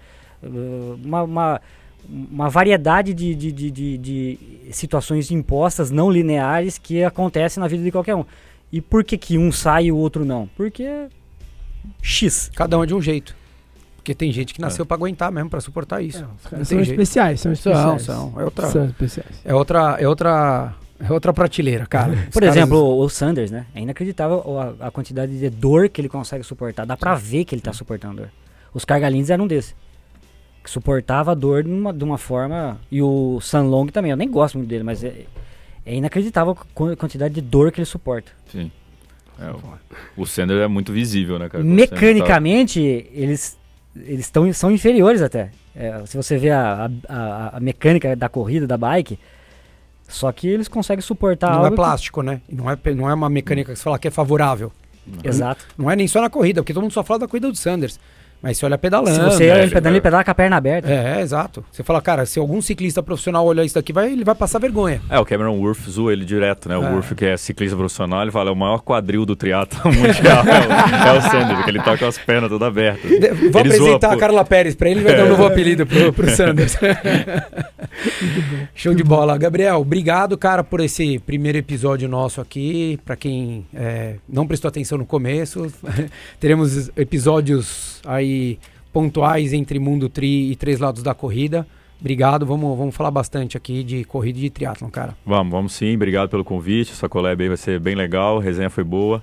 variedade de situações impostas, não lineares, que acontecem na vida de qualquer um. E por que um sai e o outro não? Porque X. Cada um é de um jeito. Porque tem gente que nasceu pra aguentar mesmo, pra suportar isso. Os Não caras tem são jeito. especiais, são especiais. São. São especiais. É outra prateleira, cara. Os Por caras- exemplo, o Sanders, né? É inacreditável a quantidade de dor que ele consegue suportar. Dá pra ver que ele tá suportando dor. Os Cargalins eram desses. Que suportava a dor de uma forma... E o Sanlong também, eu nem gosto muito dele, mas é inacreditável a quantidade de dor que ele suporta. Sim. O Sanders é muito visível, né, cara? Mecanicamente, eles são inferiores até. Se você vê a mecânica da corrida, da bike, só que eles conseguem suportar Não algo é que- plástico, né? E não é uma mecânica que você fala que é favorável. Exato. Não é nem só na corrida, porque todo mundo só fala da corrida do Sanders. Mas você olha pedalando. Se você é, pedala com a perna aberta. Exato. Você fala, cara, se algum ciclista profissional olhar isso daqui, ele vai passar vergonha. O Cameron Wurf zoa ele direto, né? O É. Wurf, que é ciclista profissional, ele fala, é o maior quadril do triatlo mundial. é o Sanders, que ele tá com as pernas todas abertas. Vou Ele apresentar zoa, a Carla Pérez pra ele e vai dar um novo apelido pro Sanders. Show de bola. Gabriel, obrigado, cara, por esse primeiro episódio nosso aqui. Pra quem não prestou atenção no começo, teremos episódios aí pontuais entre Mundo Tri e Três Lados da Corrida. Obrigado, vamos falar bastante aqui de corrida e de triatlon, cara. Vamos sim, obrigado pelo convite. Essa collab aí vai ser bem legal, a resenha foi boa.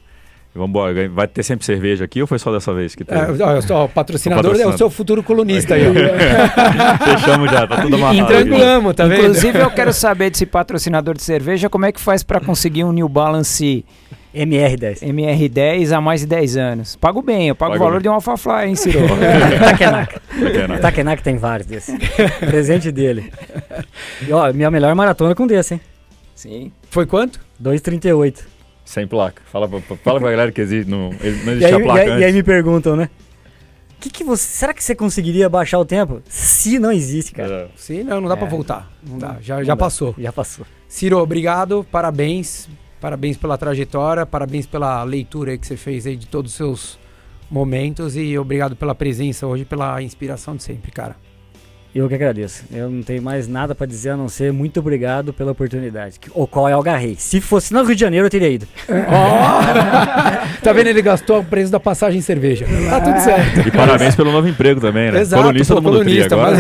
Vambora, vai ter sempre cerveja aqui ou foi só dessa vez que teve? Eu sou o patrocinador, é o seu futuro colunista aí. Fechamos já, tá tudo amarrado. Tranquilamos, tá vendo? Inclusive, eu quero saber desse patrocinador de cerveja, como é que faz pra conseguir um New Balance MR10. MR10 há mais de 10 anos? Pago bem, eu pago o Pago valor bem. de uma Alphafly, hein, Ciro? Takenak. Takenak tem vários desses. Presente dele. E, ó, minha melhor maratona com desse, hein? Sim. Foi quanto? 2:38. Sem placa. Fala pra galera que existe, não E existe aí, a placa e aí antes. me perguntam, né? Será que você conseguiria baixar o tempo? Se não existe, cara. Sim, não dá pra voltar. Não dá, já passou. Já passou. Ciro, obrigado, parabéns. Parabéns pela trajetória, parabéns pela leitura aí que você fez aí de todos os seus momentos e obrigado pela presença hoje, pela inspiração de sempre, cara. Eu que agradeço. Eu não tenho mais nada pra dizer a não ser muito obrigado pela oportunidade. O qual eu agarrei. Se fosse no Rio de Janeiro, eu teria ido. Tá vendo? Ele gastou o preço da passagem em cerveja. Tá tudo certo. E parabéns pelo novo emprego também, né? Exato, Colunista do Mundo Tri agora.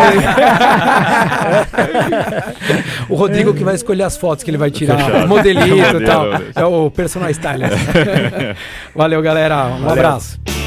O Rodrigo que vai escolher as fotos que ele vai tirar, Fechado. o modelito e tal. Modelo. É o personal stylist. Valeu, galera. Um abraço.